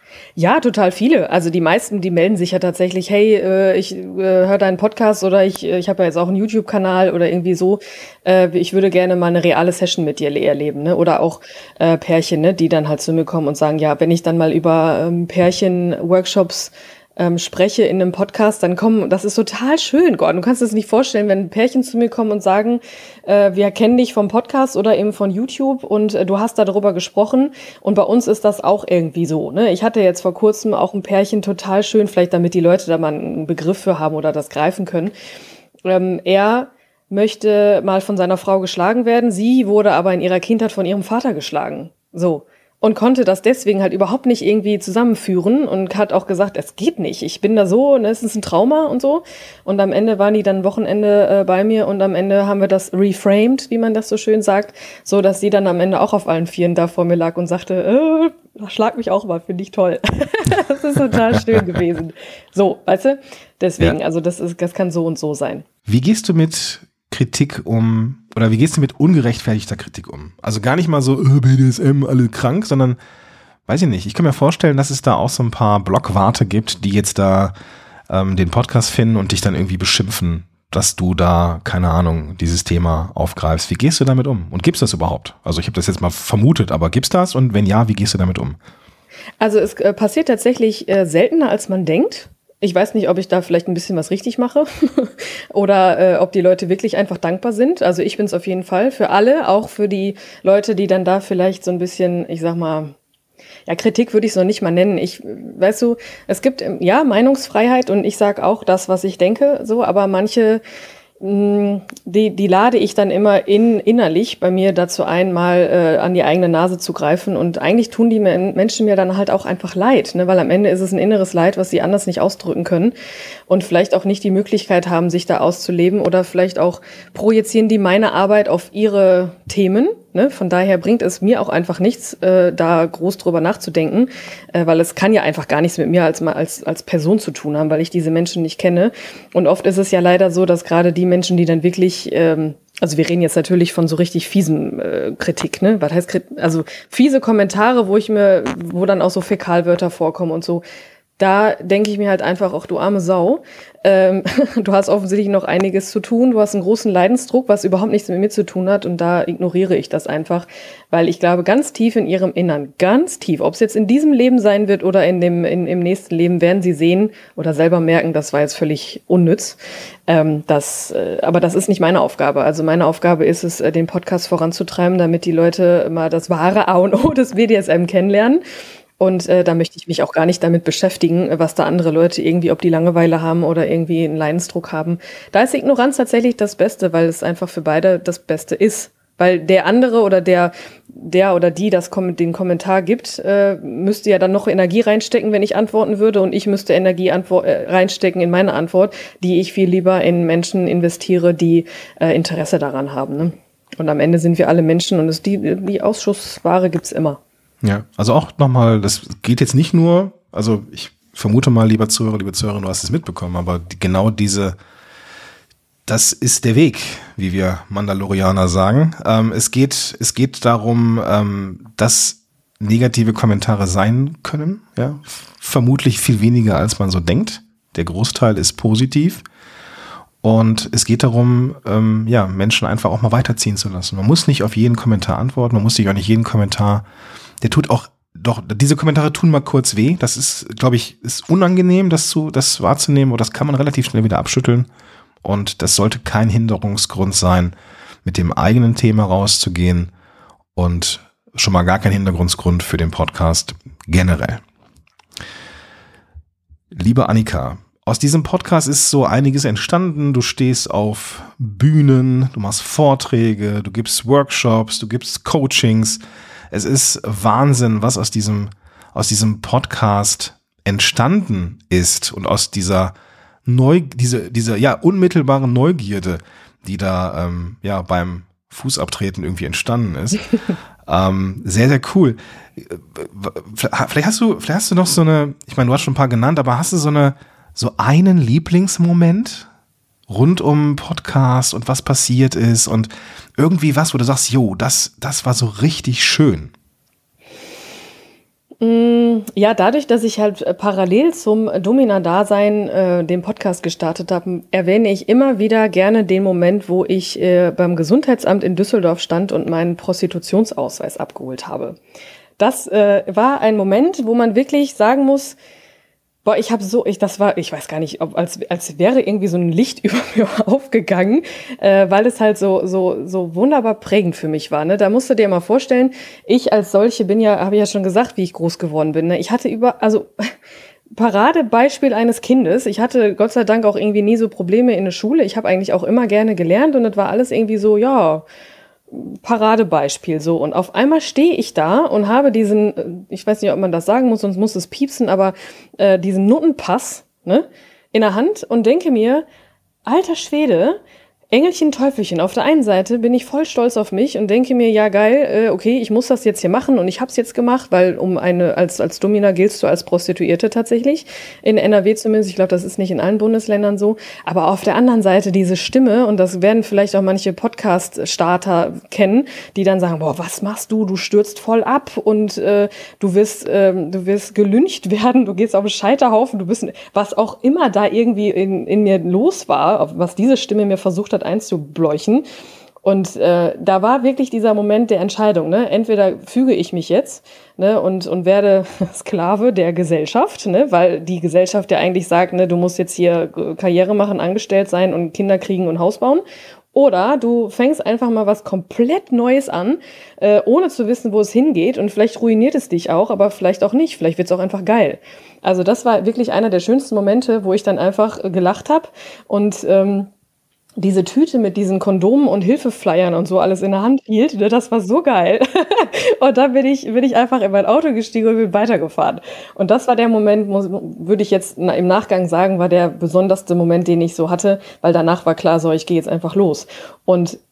Ja, total viele. Also die meisten, die melden sich ja tatsächlich, hey, äh, ich äh, höre deinen Podcast oder ich, ich habe ja jetzt auch einen YouTube-Kanal oder irgendwie so. Äh, ich würde gerne mal eine reale Session mit dir erleben, ne? Oder auch äh, Pärchen, ne? Die dann halt zu mir kommen und sagen, ja, wenn ich dann mal über ähm, Pärchen-Workshops ähm, spreche in einem Podcast, dann kommen, das ist total schön, Gordon. Du kannst es nicht vorstellen, wenn ein Pärchen zu mir kommen und sagen, äh, wir kennen dich vom Podcast oder eben von YouTube und äh, du hast darüber gesprochen und bei uns ist das auch irgendwie so, ne? Ich hatte jetzt vor kurzem auch ein Pärchen, total schön, vielleicht damit die Leute da mal einen Begriff für haben oder das greifen können. Ähm, er möchte mal von seiner Frau geschlagen werden, sie wurde aber in ihrer Kindheit von ihrem Vater geschlagen. So. Und konnte das deswegen halt überhaupt nicht irgendwie zusammenführen und hat auch gesagt, es geht nicht. Ich bin da so, ne, es ist ein Trauma und so. Und am Ende waren die dann Wochenende äh, bei mir und am Ende haben wir das reframed, wie man das so schön sagt, so dass sie dann am Ende auch auf allen Vieren da vor mir lag und sagte, äh, schlag mich auch mal, finde ich toll. Das ist total schön gewesen. So, weißt du? Deswegen, ja. Also das ist, das kann so und so sein. Wie gehst du mit Kritik um, oder wie gehst du mit ungerechtfertigter Kritik um? Also gar nicht mal so, äh, B D S M, alle krank, sondern, weiß ich nicht, ich kann mir vorstellen, dass es da auch so ein paar Blockwarte gibt, die jetzt da ähm, den Podcast finden und dich dann irgendwie beschimpfen, dass du da, keine Ahnung, dieses Thema aufgreifst. Wie gehst du damit um? Und gibt's das überhaupt? Also ich habe das jetzt mal vermutet, aber gibt's das? Und wenn ja, wie gehst du damit um? Also es äh, passiert tatsächlich äh, seltener, als man denkt. Ich weiß nicht, ob ich da vielleicht ein bisschen was richtig mache oder äh, ob die Leute wirklich einfach dankbar sind. Also ich bin es auf jeden Fall für alle, auch für die Leute, die dann da vielleicht so ein bisschen, ich sag mal, ja, Kritik würde ich es noch nicht mal nennen. Ich, weißt du, es gibt ja Meinungsfreiheit und ich sage auch das, was ich denke, so, aber manche Die, die lade ich dann immer in, innerlich bei mir dazu ein, mal äh, an die eigene Nase zu greifen. Und eigentlich tun die Menschen mir dann halt auch einfach leid, ne? Weil am Ende ist es ein inneres Leid, was sie anders nicht ausdrücken können und vielleicht auch nicht die Möglichkeit haben, sich da auszuleben oder vielleicht auch projizieren die meine Arbeit auf ihre Themen. Ne? Von daher bringt es mir auch einfach nichts, äh, da groß drüber nachzudenken, äh, weil es kann ja einfach gar nichts mit mir als, als, als Person zu tun haben, weil ich diese Menschen nicht kenne. Und oft ist es ja leider so, dass gerade die Menschen, die dann wirklich, ähm, also wir reden jetzt natürlich von so richtig fiesen äh, Kritik, ne? Was heißt Kritik? Also fiese Kommentare, wo ich mir, wo dann auch so Fäkalwörter vorkommen und so. Da denke ich mir halt einfach, auch du arme Sau, ähm, du hast offensichtlich noch einiges zu tun, du hast einen großen Leidensdruck, was überhaupt nichts mit mir zu tun hat, und da ignoriere ich das einfach, weil ich glaube, ganz tief in ihrem Innern, ganz tief, ob es jetzt in diesem Leben sein wird oder in dem in, im nächsten Leben, werden sie sehen oder selber merken, das war jetzt völlig unnütz. Ähm, das, äh, aber das ist nicht meine Aufgabe. Also meine Aufgabe ist es, äh, den Podcast voranzutreiben, damit die Leute mal das wahre A und O des B D S M kennenlernen. Und äh, da möchte ich mich auch gar nicht damit beschäftigen, was da andere Leute irgendwie, ob die Langeweile haben oder irgendwie einen Leidensdruck haben. Da ist Ignoranz tatsächlich das Beste, weil es einfach für beide das Beste ist. Weil der andere oder der der oder die das den Kommentar gibt, äh, müsste ja dann noch Energie reinstecken, wenn ich antworten würde. Und ich müsste Energie antwort, äh, reinstecken in meine Antwort, die ich viel lieber in Menschen investiere, die äh, Interesse daran haben. Ne? Und am Ende sind wir alle Menschen, und es, die, die Ausschussware gibt's immer. Ja, also auch nochmal, das geht jetzt nicht nur, also ich vermute mal, lieber Zuhörer, liebe Zuhörer, du hast es mitbekommen, aber die, genau diese, das ist der Weg, wie wir Mandalorianer sagen. Ähm, es geht, es geht darum, ähm, dass negative Kommentare sein können, ja, vermutlich viel weniger, als man so denkt. Der Großteil ist positiv. Und es geht darum, ähm, ja, Menschen einfach auch mal weiterziehen zu lassen. Man muss nicht auf jeden Kommentar antworten, man muss sich auch nicht jeden Kommentar, der tut auch, doch, diese Kommentare tun mal kurz weh. Das ist, glaube ich, ist unangenehm, das zu, das wahrzunehmen, aber das kann man relativ schnell wieder abschütteln. Und das sollte kein Hinderungsgrund sein, mit dem eigenen Thema rauszugehen, und schon mal gar kein Hinderungsgrund für den Podcast generell. Liebe Annika, aus diesem Podcast ist so einiges entstanden. Du stehst auf Bühnen, du machst Vorträge, du gibst Workshops, du gibst Coachings. Es ist Wahnsinn, was aus diesem, aus diesem Podcast entstanden ist, und aus dieser Neu, diese, diese, ja, unmittelbare Neugierde, die da, ähm, ja, beim Fußabtreten irgendwie entstanden ist. ähm, sehr, sehr cool. Vielleicht hast du, vielleicht hast du noch so eine, ich meine, du hast schon ein paar genannt, aber hast du so eine, so einen Lieblingsmoment rund um Podcast und was passiert ist und irgendwie was, wo du sagst, jo, das, das war so richtig schön? Ja, dadurch, dass ich halt parallel zum Domina-Dasein äh, den Podcast gestartet habe, erwähne ich immer wieder gerne den Moment, wo ich äh, beim Gesundheitsamt in Düsseldorf stand und meinen Prostitutionsausweis abgeholt habe. Das äh, war ein Moment, wo man wirklich sagen muss, boah, ich habe so, ich das war, ich weiß gar nicht, ob als als wäre irgendwie so ein Licht über mir aufgegangen, äh, weil es halt so so so wunderbar prägend für mich war. Ne, da musst du dir mal vorstellen, ich als solche bin ja, habe ich ja schon gesagt, wie ich groß geworden bin. Ne? Ich hatte über, also Paradebeispiel eines Kindes. Ich hatte Gott sei Dank auch irgendwie nie so Probleme in der Schule. Ich habe eigentlich auch immer gerne gelernt, und das war alles irgendwie so, ja, Paradebeispiel so. Und auf einmal stehe ich da und habe diesen, ich weiß nicht, ob man das sagen muss, sonst muss es piepsen, aber äh, diesen Nuttenpass, ne, in der Hand, und denke mir, alter Schwede, Engelchen, Teufelchen. Auf der einen Seite bin ich voll stolz auf mich und denke mir, ja geil, äh, okay, ich muss das jetzt hier machen, und ich habe es jetzt gemacht, weil um eine als als Domina giltst du als Prostituierte tatsächlich, in N R W zumindest. Ich glaube, das ist nicht in allen Bundesländern so. Aber auf der anderen Seite diese Stimme, und das werden vielleicht auch manche Podcast-Starter kennen, die dann sagen, boah, was machst du? Du stürzt voll ab, und äh, du wirst äh, du wirst gelyncht werden, du gehst auf den Scheiterhaufen, du bist, was auch immer da irgendwie in in mir los war, was diese Stimme mir versucht hat einzubläuchen. Und äh, da war wirklich dieser Moment der Entscheidung, ne? Entweder füge ich mich jetzt, ne, und und werde Sklave der Gesellschaft, ne, weil die Gesellschaft ja eigentlich sagt, ne, du musst jetzt hier Karriere machen, angestellt sein und Kinder kriegen und Haus bauen. Oder du fängst einfach mal was komplett Neues an, äh, ohne zu wissen, wo es hingeht, und vielleicht ruiniert es dich auch, aber vielleicht auch nicht, vielleicht wird es auch einfach geil. Also das war wirklich einer der schönsten Momente, wo ich dann einfach äh, gelacht habe, und ähm, diese Tüte mit diesen Kondomen und Hilfeflyern und so alles in der Hand hielt, ne, das war so geil. Und dann bin ich, bin ich einfach in mein Auto gestiegen und bin weitergefahren. Und das war der Moment, muss, würde ich jetzt im Nachgang sagen, war der besonderste Moment, den ich so hatte, weil danach war klar, so, ich gehe jetzt einfach los. Und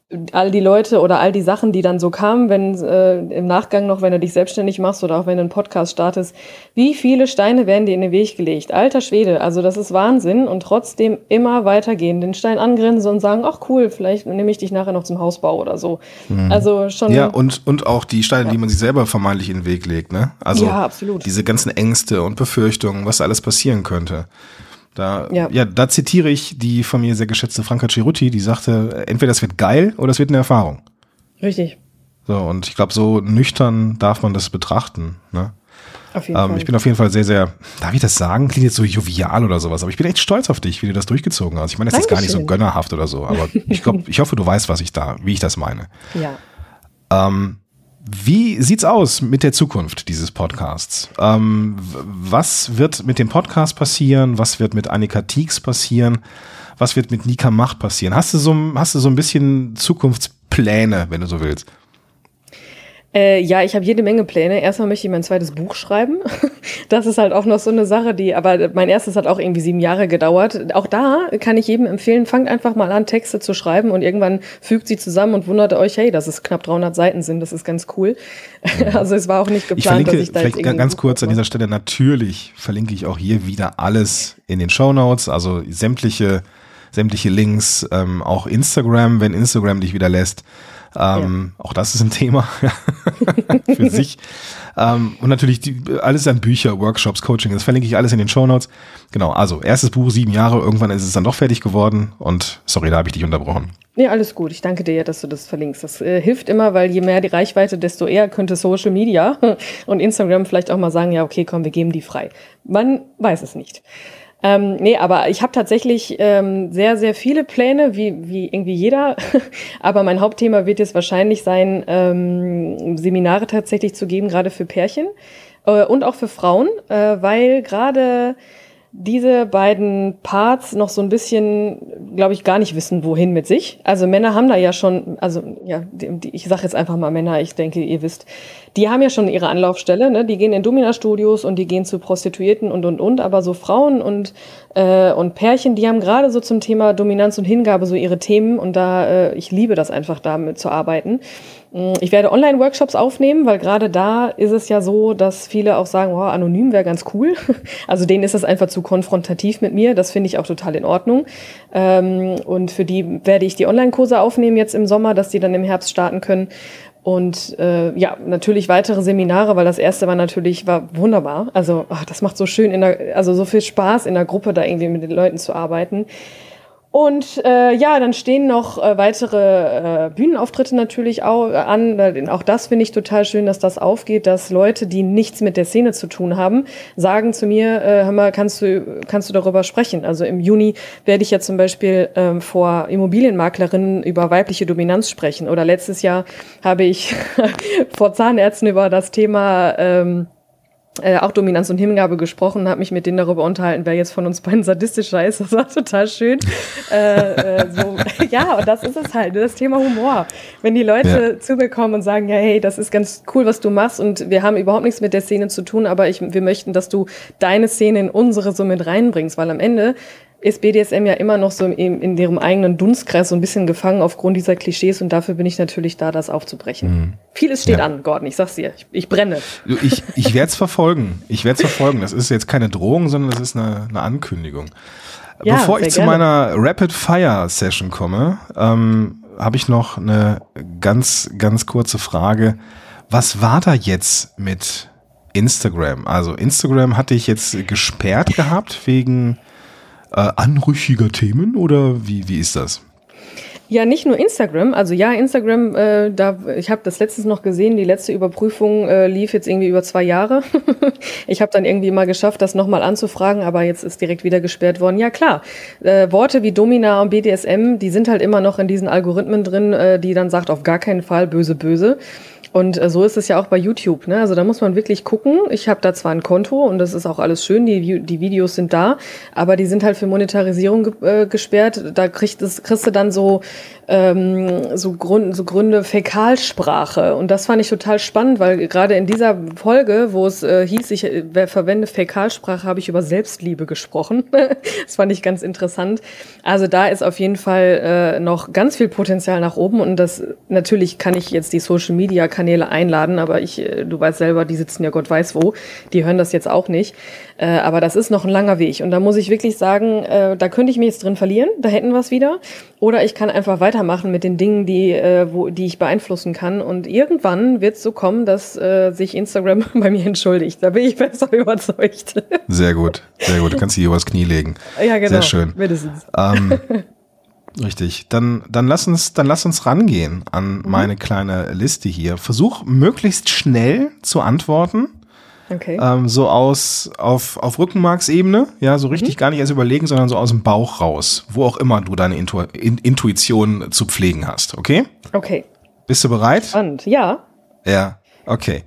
all die Leute oder all die Sachen, die dann so kamen, wenn äh, im Nachgang noch, wenn du dich selbstständig machst oder auch wenn du einen Podcast startest, wie viele Steine werden dir in den Weg gelegt? Alter Schwede, also das ist Wahnsinn und trotzdem immer weitergehen, den Stein angrenzen und sagen, ach cool, vielleicht nehme ich dich nachher noch zum Hausbau oder so. Mhm. Also schon. Ja, und, und auch die Steine, ja. die man sich selber vermeintlich in den Weg legt, ne? Also ja, absolut. Diese ganzen Ängste und Befürchtungen, was alles passieren könnte. Da, ja. ja, da zitiere ich die von mir sehr geschätzte Franka Cerutti, die sagte, entweder es wird geil oder es wird eine Erfahrung. Richtig. So, und ich glaube, so nüchtern darf man das betrachten. Ne? Auf jeden ähm, Fall. Ich bin auf jeden Fall sehr, sehr, darf ich das sagen? Klingt jetzt so jovial oder sowas, aber ich bin echt stolz auf dich, wie du das durchgezogen hast. Ich meine, das ist gar nicht so gönnerhaft oder so, aber ich glaube, ich hoffe, du weißt, was ich da, wie ich das meine. Ja. Ähm, Wie sieht's aus mit der Zukunft dieses Podcasts? Ähm, was wird mit dem Podcast passieren? Was wird mit Annika Tieks passieren? Was wird mit Nika Macht passieren? Hast du so, hast du so ein bisschen Zukunftspläne, wenn du so willst? Äh, ja, ich habe jede Menge Pläne. Erstmal möchte ich mein zweites Buch schreiben. Das ist halt auch noch so eine Sache, die, aber mein erstes hat auch irgendwie sieben Jahre gedauert. Auch da kann ich jedem empfehlen, fangt einfach mal an, Texte zu schreiben und irgendwann fügt sie zusammen und wundert euch, hey, dass es knapp dreihundert Seiten sind, das ist ganz cool. Also es war auch nicht geplant, ich verlinke, dass ich da vielleicht jetzt ganz kurz an dieser Stelle, natürlich verlinke ich auch hier wieder alles in den Shownotes, also sämtliche, sämtliche Links, ähm, auch Instagram, wenn Instagram dich wieder lässt. Ähm, ja. Auch das ist ein Thema für sich. Ähm, und natürlich die, alles an Bücher, Workshops, Coaching, das verlinke ich alles in den Shownotes. Genau, also erstes Buch, sieben Jahre, irgendwann ist es dann doch fertig geworden und sorry, da habe ich dich unterbrochen. Ja, alles gut. Ich danke dir, dass du das verlinkst. Das äh, hilft immer, weil je mehr die Reichweite, desto eher könnte Social Media und Instagram vielleicht auch mal sagen, ja okay, komm, wir geben die frei. Man weiß es nicht. Ähm, nee, aber ich habe tatsächlich ähm, sehr, sehr viele Pläne, wie, wie irgendwie jeder. Aber mein Hauptthema wird jetzt wahrscheinlich sein, ähm, Seminare tatsächlich zu geben, gerade für Pärchen äh, und auch für Frauen, äh, weil gerade diese beiden Parts noch so ein bisschen, glaube ich, gar nicht wissen, wohin mit sich. Also Männer haben da ja schon, also ja, die, die, ich sage jetzt einfach mal Männer, ich denke, ihr wisst, die haben ja schon ihre Anlaufstelle, ne? Die gehen in Domina-Studios und die gehen zu Prostituierten und, und, und. Aber so Frauen und, äh, und Pärchen, die haben gerade so zum Thema Dominanz und Hingabe so ihre Themen. Und da, äh, ich liebe das einfach, damit zu arbeiten. Ich werde Online-Workshops aufnehmen, weil gerade da ist es ja so, dass viele auch sagen, oh, anonym wäre ganz cool. Also denen ist das einfach zu konfrontativ mit mir. Das finde ich auch total in Ordnung. Und für die werde ich die Online-Kurse aufnehmen jetzt im Sommer, dass die dann im Herbst starten können. Und äh, ja, natürlich weitere Seminare, weil das erste war natürlich war wunderbar. Also ach, das macht so schön, in der, also so viel Spaß in der Gruppe da irgendwie mit den Leuten zu arbeiten. Und äh, ja, dann stehen noch äh, weitere äh, Bühnenauftritte natürlich auch an. Auch das finde ich total schön, dass das aufgeht, dass Leute, die nichts mit der Szene zu tun haben, sagen zu mir, äh, hör mal, kannst du, kannst du darüber sprechen? Also im Juni werde ich ja zum Beispiel ähm, vor Immobilienmaklerinnen über weibliche Dominanz sprechen. Oder letztes Jahr habe ich vor Zahnärzten über das Thema ähm, Äh, auch Dominanz und Hingabe gesprochen, habe mich mit denen darüber unterhalten, wer jetzt von uns beiden sadistischer ist. Das war total schön. äh, äh, so. Ja, und das ist es halt, das Thema Humor. Wenn die Leute ja. zu mir kommen und sagen, ja, hey, das ist ganz cool, was du machst und wir haben überhaupt nichts mit der Szene zu tun, aber ich, wir möchten, dass du deine Szene in unsere so mit reinbringst, weil am Ende ist B D S M ja immer noch so in, in ihrem eigenen Dunstkreis so ein bisschen gefangen aufgrund dieser Klischees und dafür bin ich natürlich da, das aufzubrechen. Mhm. Vieles steht ja. an, Gordon, ich sag's dir, ich, ich brenne. Ich, ich werde es verfolgen, ich werde es verfolgen. Das ist jetzt keine Drohung, sondern das ist eine, eine Ankündigung. Ja, bevor ich zu gerne. meiner Rapid-Fire-Session komme, ähm, habe ich noch eine ganz, ganz kurze Frage. Was war da jetzt mit Instagram? Also Instagram hatte ich jetzt gesperrt gehabt wegen Äh, anrüchiger Themen oder wie, wie ist das? Ja, nicht nur Instagram. Also ja, Instagram, äh, da ich habe das letztens noch gesehen, die letzte Überprüfung äh, lief jetzt irgendwie über zwei Jahre. Ich habe dann irgendwie mal geschafft, das nochmal anzufragen, aber jetzt ist direkt wieder gesperrt worden. Ja klar, äh, Worte wie Domina und B D S M, die sind halt immer noch in diesen Algorithmen drin, äh, die dann sagt, auf gar keinen Fall böse, böse. Und äh, so ist es ja auch bei YouTube, ne? Also da muss man wirklich gucken. Ich habe da zwar ein Konto und das ist auch alles schön, die, die Videos sind da, aber die sind halt für Monetarisierung ge- äh, gesperrt. Da kriegst, das, kriegst du dann so, ähm, so, Grund, so Gründe Fäkalsprache. Und das fand ich total spannend, weil gerade in dieser Folge, wo es äh, hieß, ich äh, verwende Fäkalsprache, habe ich über Selbstliebe gesprochen. Das fand ich ganz interessant. Also da ist auf jeden Fall äh, noch ganz viel Potenzial nach oben und das natürlich kann ich jetzt die Social Media Kanäle einladen, aber ich, du weißt selber, die sitzen ja Gott weiß wo, die hören das jetzt auch nicht, äh, aber das ist noch ein langer Weg und da muss ich wirklich sagen, äh, da könnte ich mich jetzt drin verlieren, da hätten wir es wieder oder ich kann einfach weitermachen mit den Dingen, die, äh, wo, die ich beeinflussen kann und irgendwann wird es so kommen, dass äh, sich Instagram bei mir entschuldigt, da bin ich besser überzeugt. Sehr gut, sehr gut, du kannst dich hier übers Knie legen. Ja, genau. Sehr schön. Mindestens. Ähm, Richtig. Dann, dann lass uns, dann lass uns rangehen an meine mhm. kleine Liste hier. Versuch möglichst schnell zu antworten. Okay. Ähm, so aus, auf, auf Rückenmarksebene. Ja, so richtig mhm. gar nicht erst überlegen, sondern so aus dem Bauch raus. Wo auch immer du deine Intu- In- Intuition zu pflegen hast. Okay? Okay. Bist du bereit? Spannend. Ja. Ja. Okay.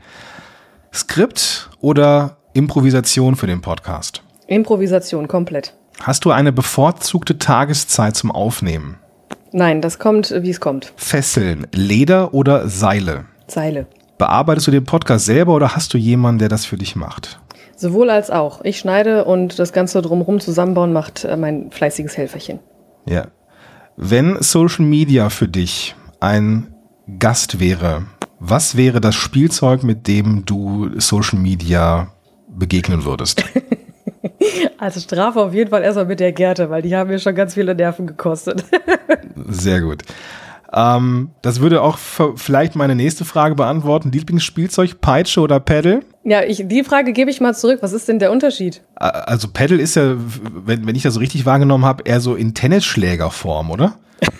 Skript oder Improvisation für den Podcast? Improvisation, komplett. Hast du eine bevorzugte Tageszeit zum Aufnehmen? Nein, das kommt, wie es kommt. Fesseln, Leder oder Seile? Seile. Bearbeitest du den Podcast selber oder hast du jemanden, der das für dich macht? Sowohl als auch. Ich schneide und das Ganze drumherum zusammenbauen macht mein fleißiges Helferchen. Ja. Wenn Social Media für dich ein Gast wäre, was wäre das Spielzeug, mit dem du Social Media begegnen würdest? Als Strafe auf jeden Fall erstmal mit der Gerte, weil die haben mir schon ganz viele Nerven gekostet. Sehr gut. Ähm, das würde auch f- vielleicht meine nächste Frage beantworten. Lieblingsspielzeug, Peitsche oder Paddle? Ja, ich, die Frage gebe ich mal zurück. Was ist denn der Unterschied? Also Paddle ist ja, wenn, wenn ich das so richtig wahrgenommen habe, eher so in Tennisschlägerform, oder?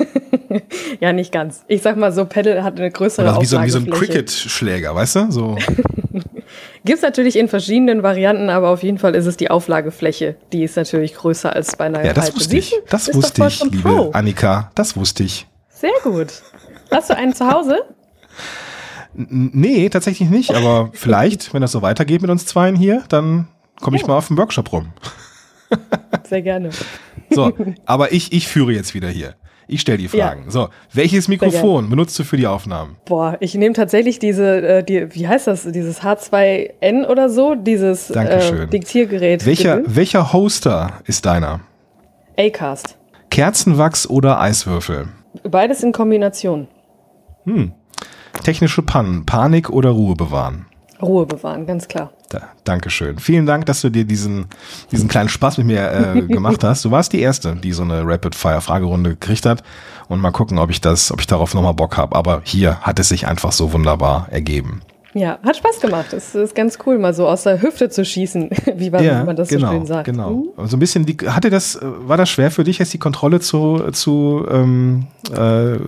Ja, nicht ganz. Ich sag mal so, Paddle hat eine größere also wie so, wie so ein Auflagefläche. Cricket-Schläger, weißt du? So. Gibt's natürlich in verschiedenen Varianten, aber auf jeden Fall ist es die Auflagefläche. Die ist natürlich größer als bei einer Ja, das Peitsche. wusste ich. Das Ist wusste doch ich, voll liebe Pro. Annika. Das wusste ich. Sehr gut. Hast du einen zu Hause? N- Nee, tatsächlich nicht. Aber vielleicht, wenn das so weitergeht mit uns Zweien hier, dann komme ich Ja. mal auf den Workshop rum. Sehr gerne. So, aber ich, ich führe jetzt wieder hier. Ich stelle die Fragen. Ja. So, welches Mikrofon benutzt du für die Aufnahmen? Boah, ich nehme tatsächlich diese, äh, die, wie heißt das, dieses H zwei N oder so, dieses Dankeschön. äh, Diktiergerät. Welcher, welcher Hoster ist deiner? Acast. Kerzenwachs oder Eiswürfel? Beides in Kombination. Hm. Technische Pannen, Panik oder Ruhe bewahren? Ruhe bewahren, ganz klar. Da, Dankeschön. Vielen Dank, dass du dir diesen, diesen kleinen Spaß mit mir äh, gemacht hast. Du warst die Erste, die so eine Rapid-Fire-Fragerunde gekriegt hat. Und mal gucken, ob ich das, ob ich darauf nochmal Bock habe. Aber hier hat es sich einfach so wunderbar ergeben. Ja, hat Spaß gemacht. Es ist ganz cool, mal so aus der Hüfte zu schießen, wie man, Ja, man das genau, so schön sagt. genau. Mhm. So ein bisschen, die, hatte das, war das schwer für dich, jetzt die Kontrolle zu, zu, ähm, äh,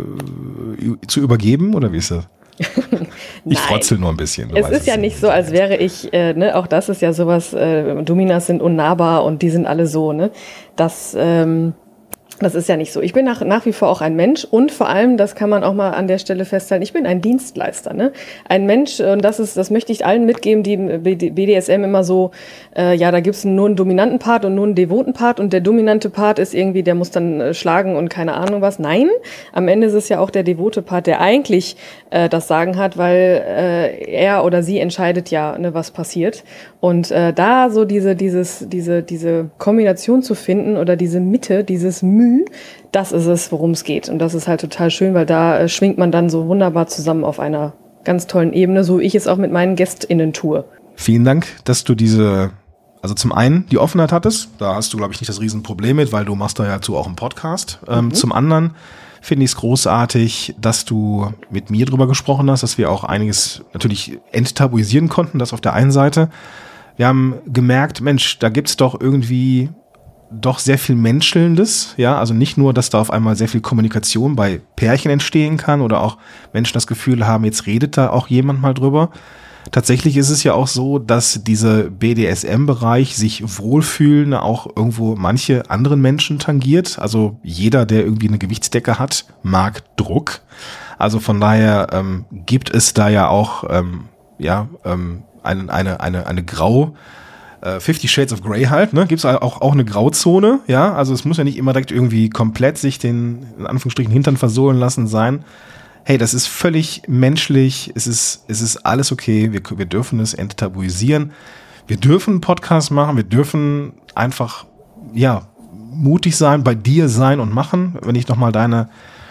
zu übergeben, oder wie ist das? Ich frotzel nur ein bisschen. Es ist ja nicht so, als wäre ich, äh, ne, auch das ist ja sowas, äh, Dominas sind unnahbar und die sind alle so, ne, das, ähm, das ist ja nicht so. Ich bin nach, nach wie vor auch ein Mensch und vor allem, das kann man auch mal an der Stelle festhalten, ich bin ein Dienstleister, ne? Ein Mensch, und das ist, das möchte ich allen mitgeben, die B D S M immer so, äh, ja, da gibt's nur einen dominanten Part und nur einen devoten Part und der dominante Part ist irgendwie, der muss dann äh, schlagen und keine Ahnung was. Nein, am Ende ist es ja auch der devote Part, der eigentlich äh, das Sagen hat, weil äh, er oder sie entscheidet ja, ne, was passiert. Und äh, da so diese, dieses, diese, diese Kombination zu finden oder diese Mitte, dieses Mühe, das ist es, worum es geht. Und das ist halt total schön, weil da äh, schwingt man dann so wunderbar zusammen auf einer ganz tollen Ebene, so wie ich es auch mit meinen GästInnen tue. Vielen Dank, dass du diese, also zum einen die Offenheit hattest, da hast du, glaube ich, nicht das Riesenproblem mit, weil du machst da ja dazu auch einen Podcast. Mhm. Ähm, zum anderen finde ich es großartig, dass du mit mir drüber gesprochen hast, dass wir auch einiges natürlich enttabuisieren konnten, das auf der einen Seite. Wir haben gemerkt, Mensch, da gibt's doch irgendwie doch sehr viel Menschelndes, ja, also nicht nur, dass da auf einmal sehr viel Kommunikation bei Pärchen entstehen kann oder auch Menschen das Gefühl haben, jetzt redet da auch jemand mal drüber. tatsächlich ist es ja auch so, dass dieser B D S M-Bereich sich wohlfühlen auch irgendwo manche anderen Menschen tangiert. Also jeder, der irgendwie eine Gewichtsdecke hat, mag Druck. Also von daher ähm, gibt es da ja auch ähm, ja ähm, eine eine eine eine Grau äh, Fifty Shades of Grey halt, ne? Gibt es auch auch eine Grauzone, ja? Also es muss ja nicht immer direkt irgendwie komplett sich den in Anführungsstrichen Hintern versohlen lassen sein. Hey, das ist völlig menschlich. Es ist es ist alles okay. Wir wir dürfen es enttabuisieren. Wir dürfen einen Podcast machen. Wir dürfen einfach ja mutig sein, bei dir sein und machen. Wenn ich nochmal deine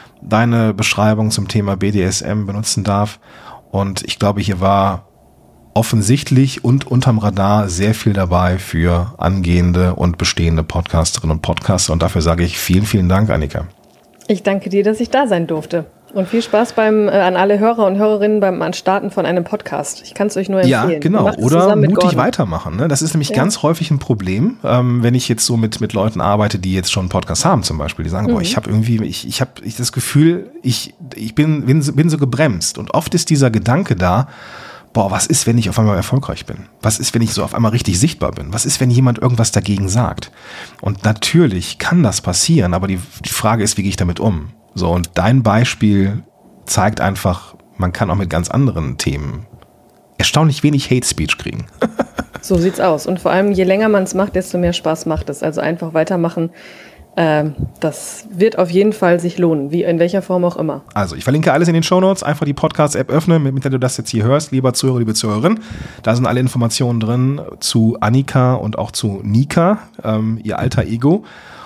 deine Beschreibung zum Thema B D S M benutzen darf. Und ich glaube, hier war offensichtlich und unterm Radar sehr viel dabei für angehende und bestehende Podcasterinnen und Podcaster. Und dafür sage ich vielen, vielen Dank, Annika. Ich danke dir, dass ich da sein durfte. Und viel Spaß beim äh, an alle Hörer und Hörerinnen beim Anstarten von einem Podcast. Ich kann es euch nur empfehlen. Ja, genau. Oder mutig weitermachen. Ne? Das ist nämlich ja. ganz häufig ein Problem, ähm, wenn ich jetzt so mit mit Leuten arbeite, die jetzt schon einen Podcast haben zum Beispiel. Die sagen, mhm. boah, ich habe irgendwie, ich ich habe ich das Gefühl, ich ich bin bin, bin so gebremst. Und oft ist dieser Gedanke da, boah, was ist, wenn ich auf einmal erfolgreich bin? Was ist, wenn ich so auf einmal richtig sichtbar bin? Was ist, wenn jemand irgendwas dagegen sagt? Und natürlich kann das passieren, aber die die Frage ist, wie gehe ich damit um? So, und dein Beispiel zeigt einfach, man kann auch mit ganz anderen Themen erstaunlich wenig Hate Speech kriegen. So sieht's aus. Und vor allem, je länger man es macht, desto mehr Spaß macht es. Also einfach weitermachen. Ähm, das wird auf jeden Fall sich lohnen, wie in welcher Form auch immer. Also, ich verlinke alles in den Shownotes. Einfach die Podcast-App öffnen, mit der du das jetzt hier hörst, lieber Zuhörer, liebe Zuhörerin. Da sind alle Informationen drin zu Annika und auch zu Nika, ähm, ihr alter Ego.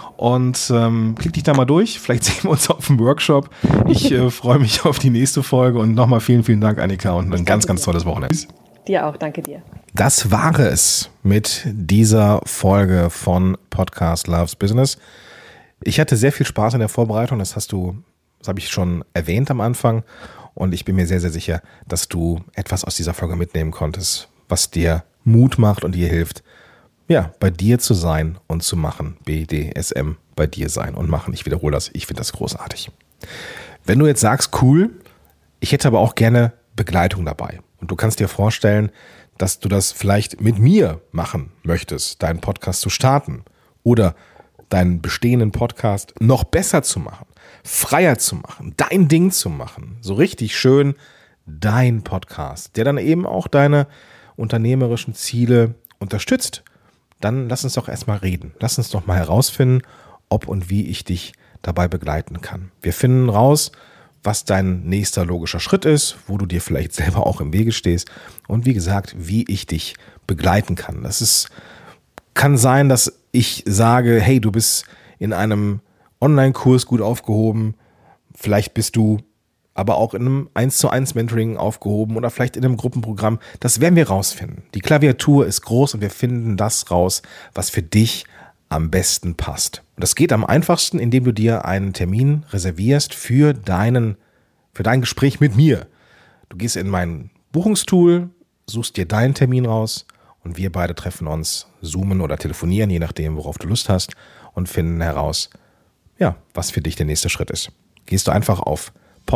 Und ähm, klick dich da mal durch. Vielleicht sehen wir uns auf dem Workshop. Ich äh, freue mich auf die nächste Folge. Und nochmal vielen, vielen Dank, Annika. Und ein ganz, ganz tolles Wochenende. Dir auch. Danke dir. Das war es mit dieser Folge von Podcast Loves Business. Ich hatte sehr viel Spaß in der Vorbereitung. Das hast du, das habe ich schon erwähnt am Anfang. Und ich bin mir sehr, sehr sicher, dass du etwas aus dieser Folge mitnehmen konntest, was dir Mut macht und dir hilft, ja, bei dir zu sein und zu machen. B D S M, bei dir sein und machen. Ich wiederhole das, ich finde das großartig. Wenn du jetzt sagst, cool, ich hätte aber auch gerne Begleitung dabei. Und du kannst dir vorstellen, dass du das vielleicht mit mir machen möchtest, deinen Podcast zu starten oder deinen bestehenden Podcast noch besser zu machen, freier zu machen, dein Ding zu machen. So richtig schön dein Podcast, der dann eben auch deine unternehmerischen Ziele unterstützt. Dann lass uns doch erstmal reden. Lass uns doch mal herausfinden, ob und wie ich dich dabei begleiten kann. Wir finden raus, was dein nächster logischer Schritt ist, wo du dir vielleicht selber auch im Wege stehst und wie gesagt, wie ich dich begleiten kann. Das ist, kann sein, dass ich sage, hey, du bist in einem Online-Kurs gut aufgehoben, vielleicht bist du aber auch in einem eins zu eins Mentoring aufgehoben oder vielleicht in einem Gruppenprogramm. Das werden wir rausfinden. Die Klaviatur ist groß und wir finden das raus, was für dich am besten passt. Und das geht am einfachsten, indem du dir einen Termin reservierst für deinen, für dein Gespräch mit mir. Du gehst in mein Buchungstool, suchst dir deinen Termin raus und wir beide treffen uns, zoomen oder telefonieren, je nachdem, worauf du Lust hast und finden heraus, ja, was für dich der nächste Schritt ist. Gehst du einfach auf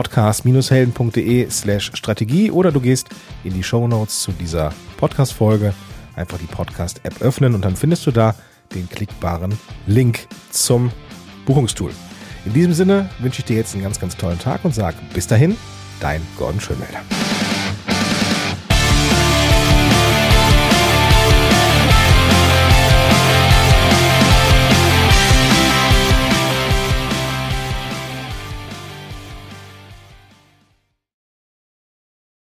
podcast-helden.de slash Strategie oder du gehst in die Shownotes zu dieser Podcast-Folge, einfach die Podcast-App öffnen und dann findest du da den klickbaren Link zum Buchungstool. In diesem Sinne wünsche ich dir jetzt einen ganz, ganz tollen Tag und sage bis dahin, dein Gordon Schönwälder.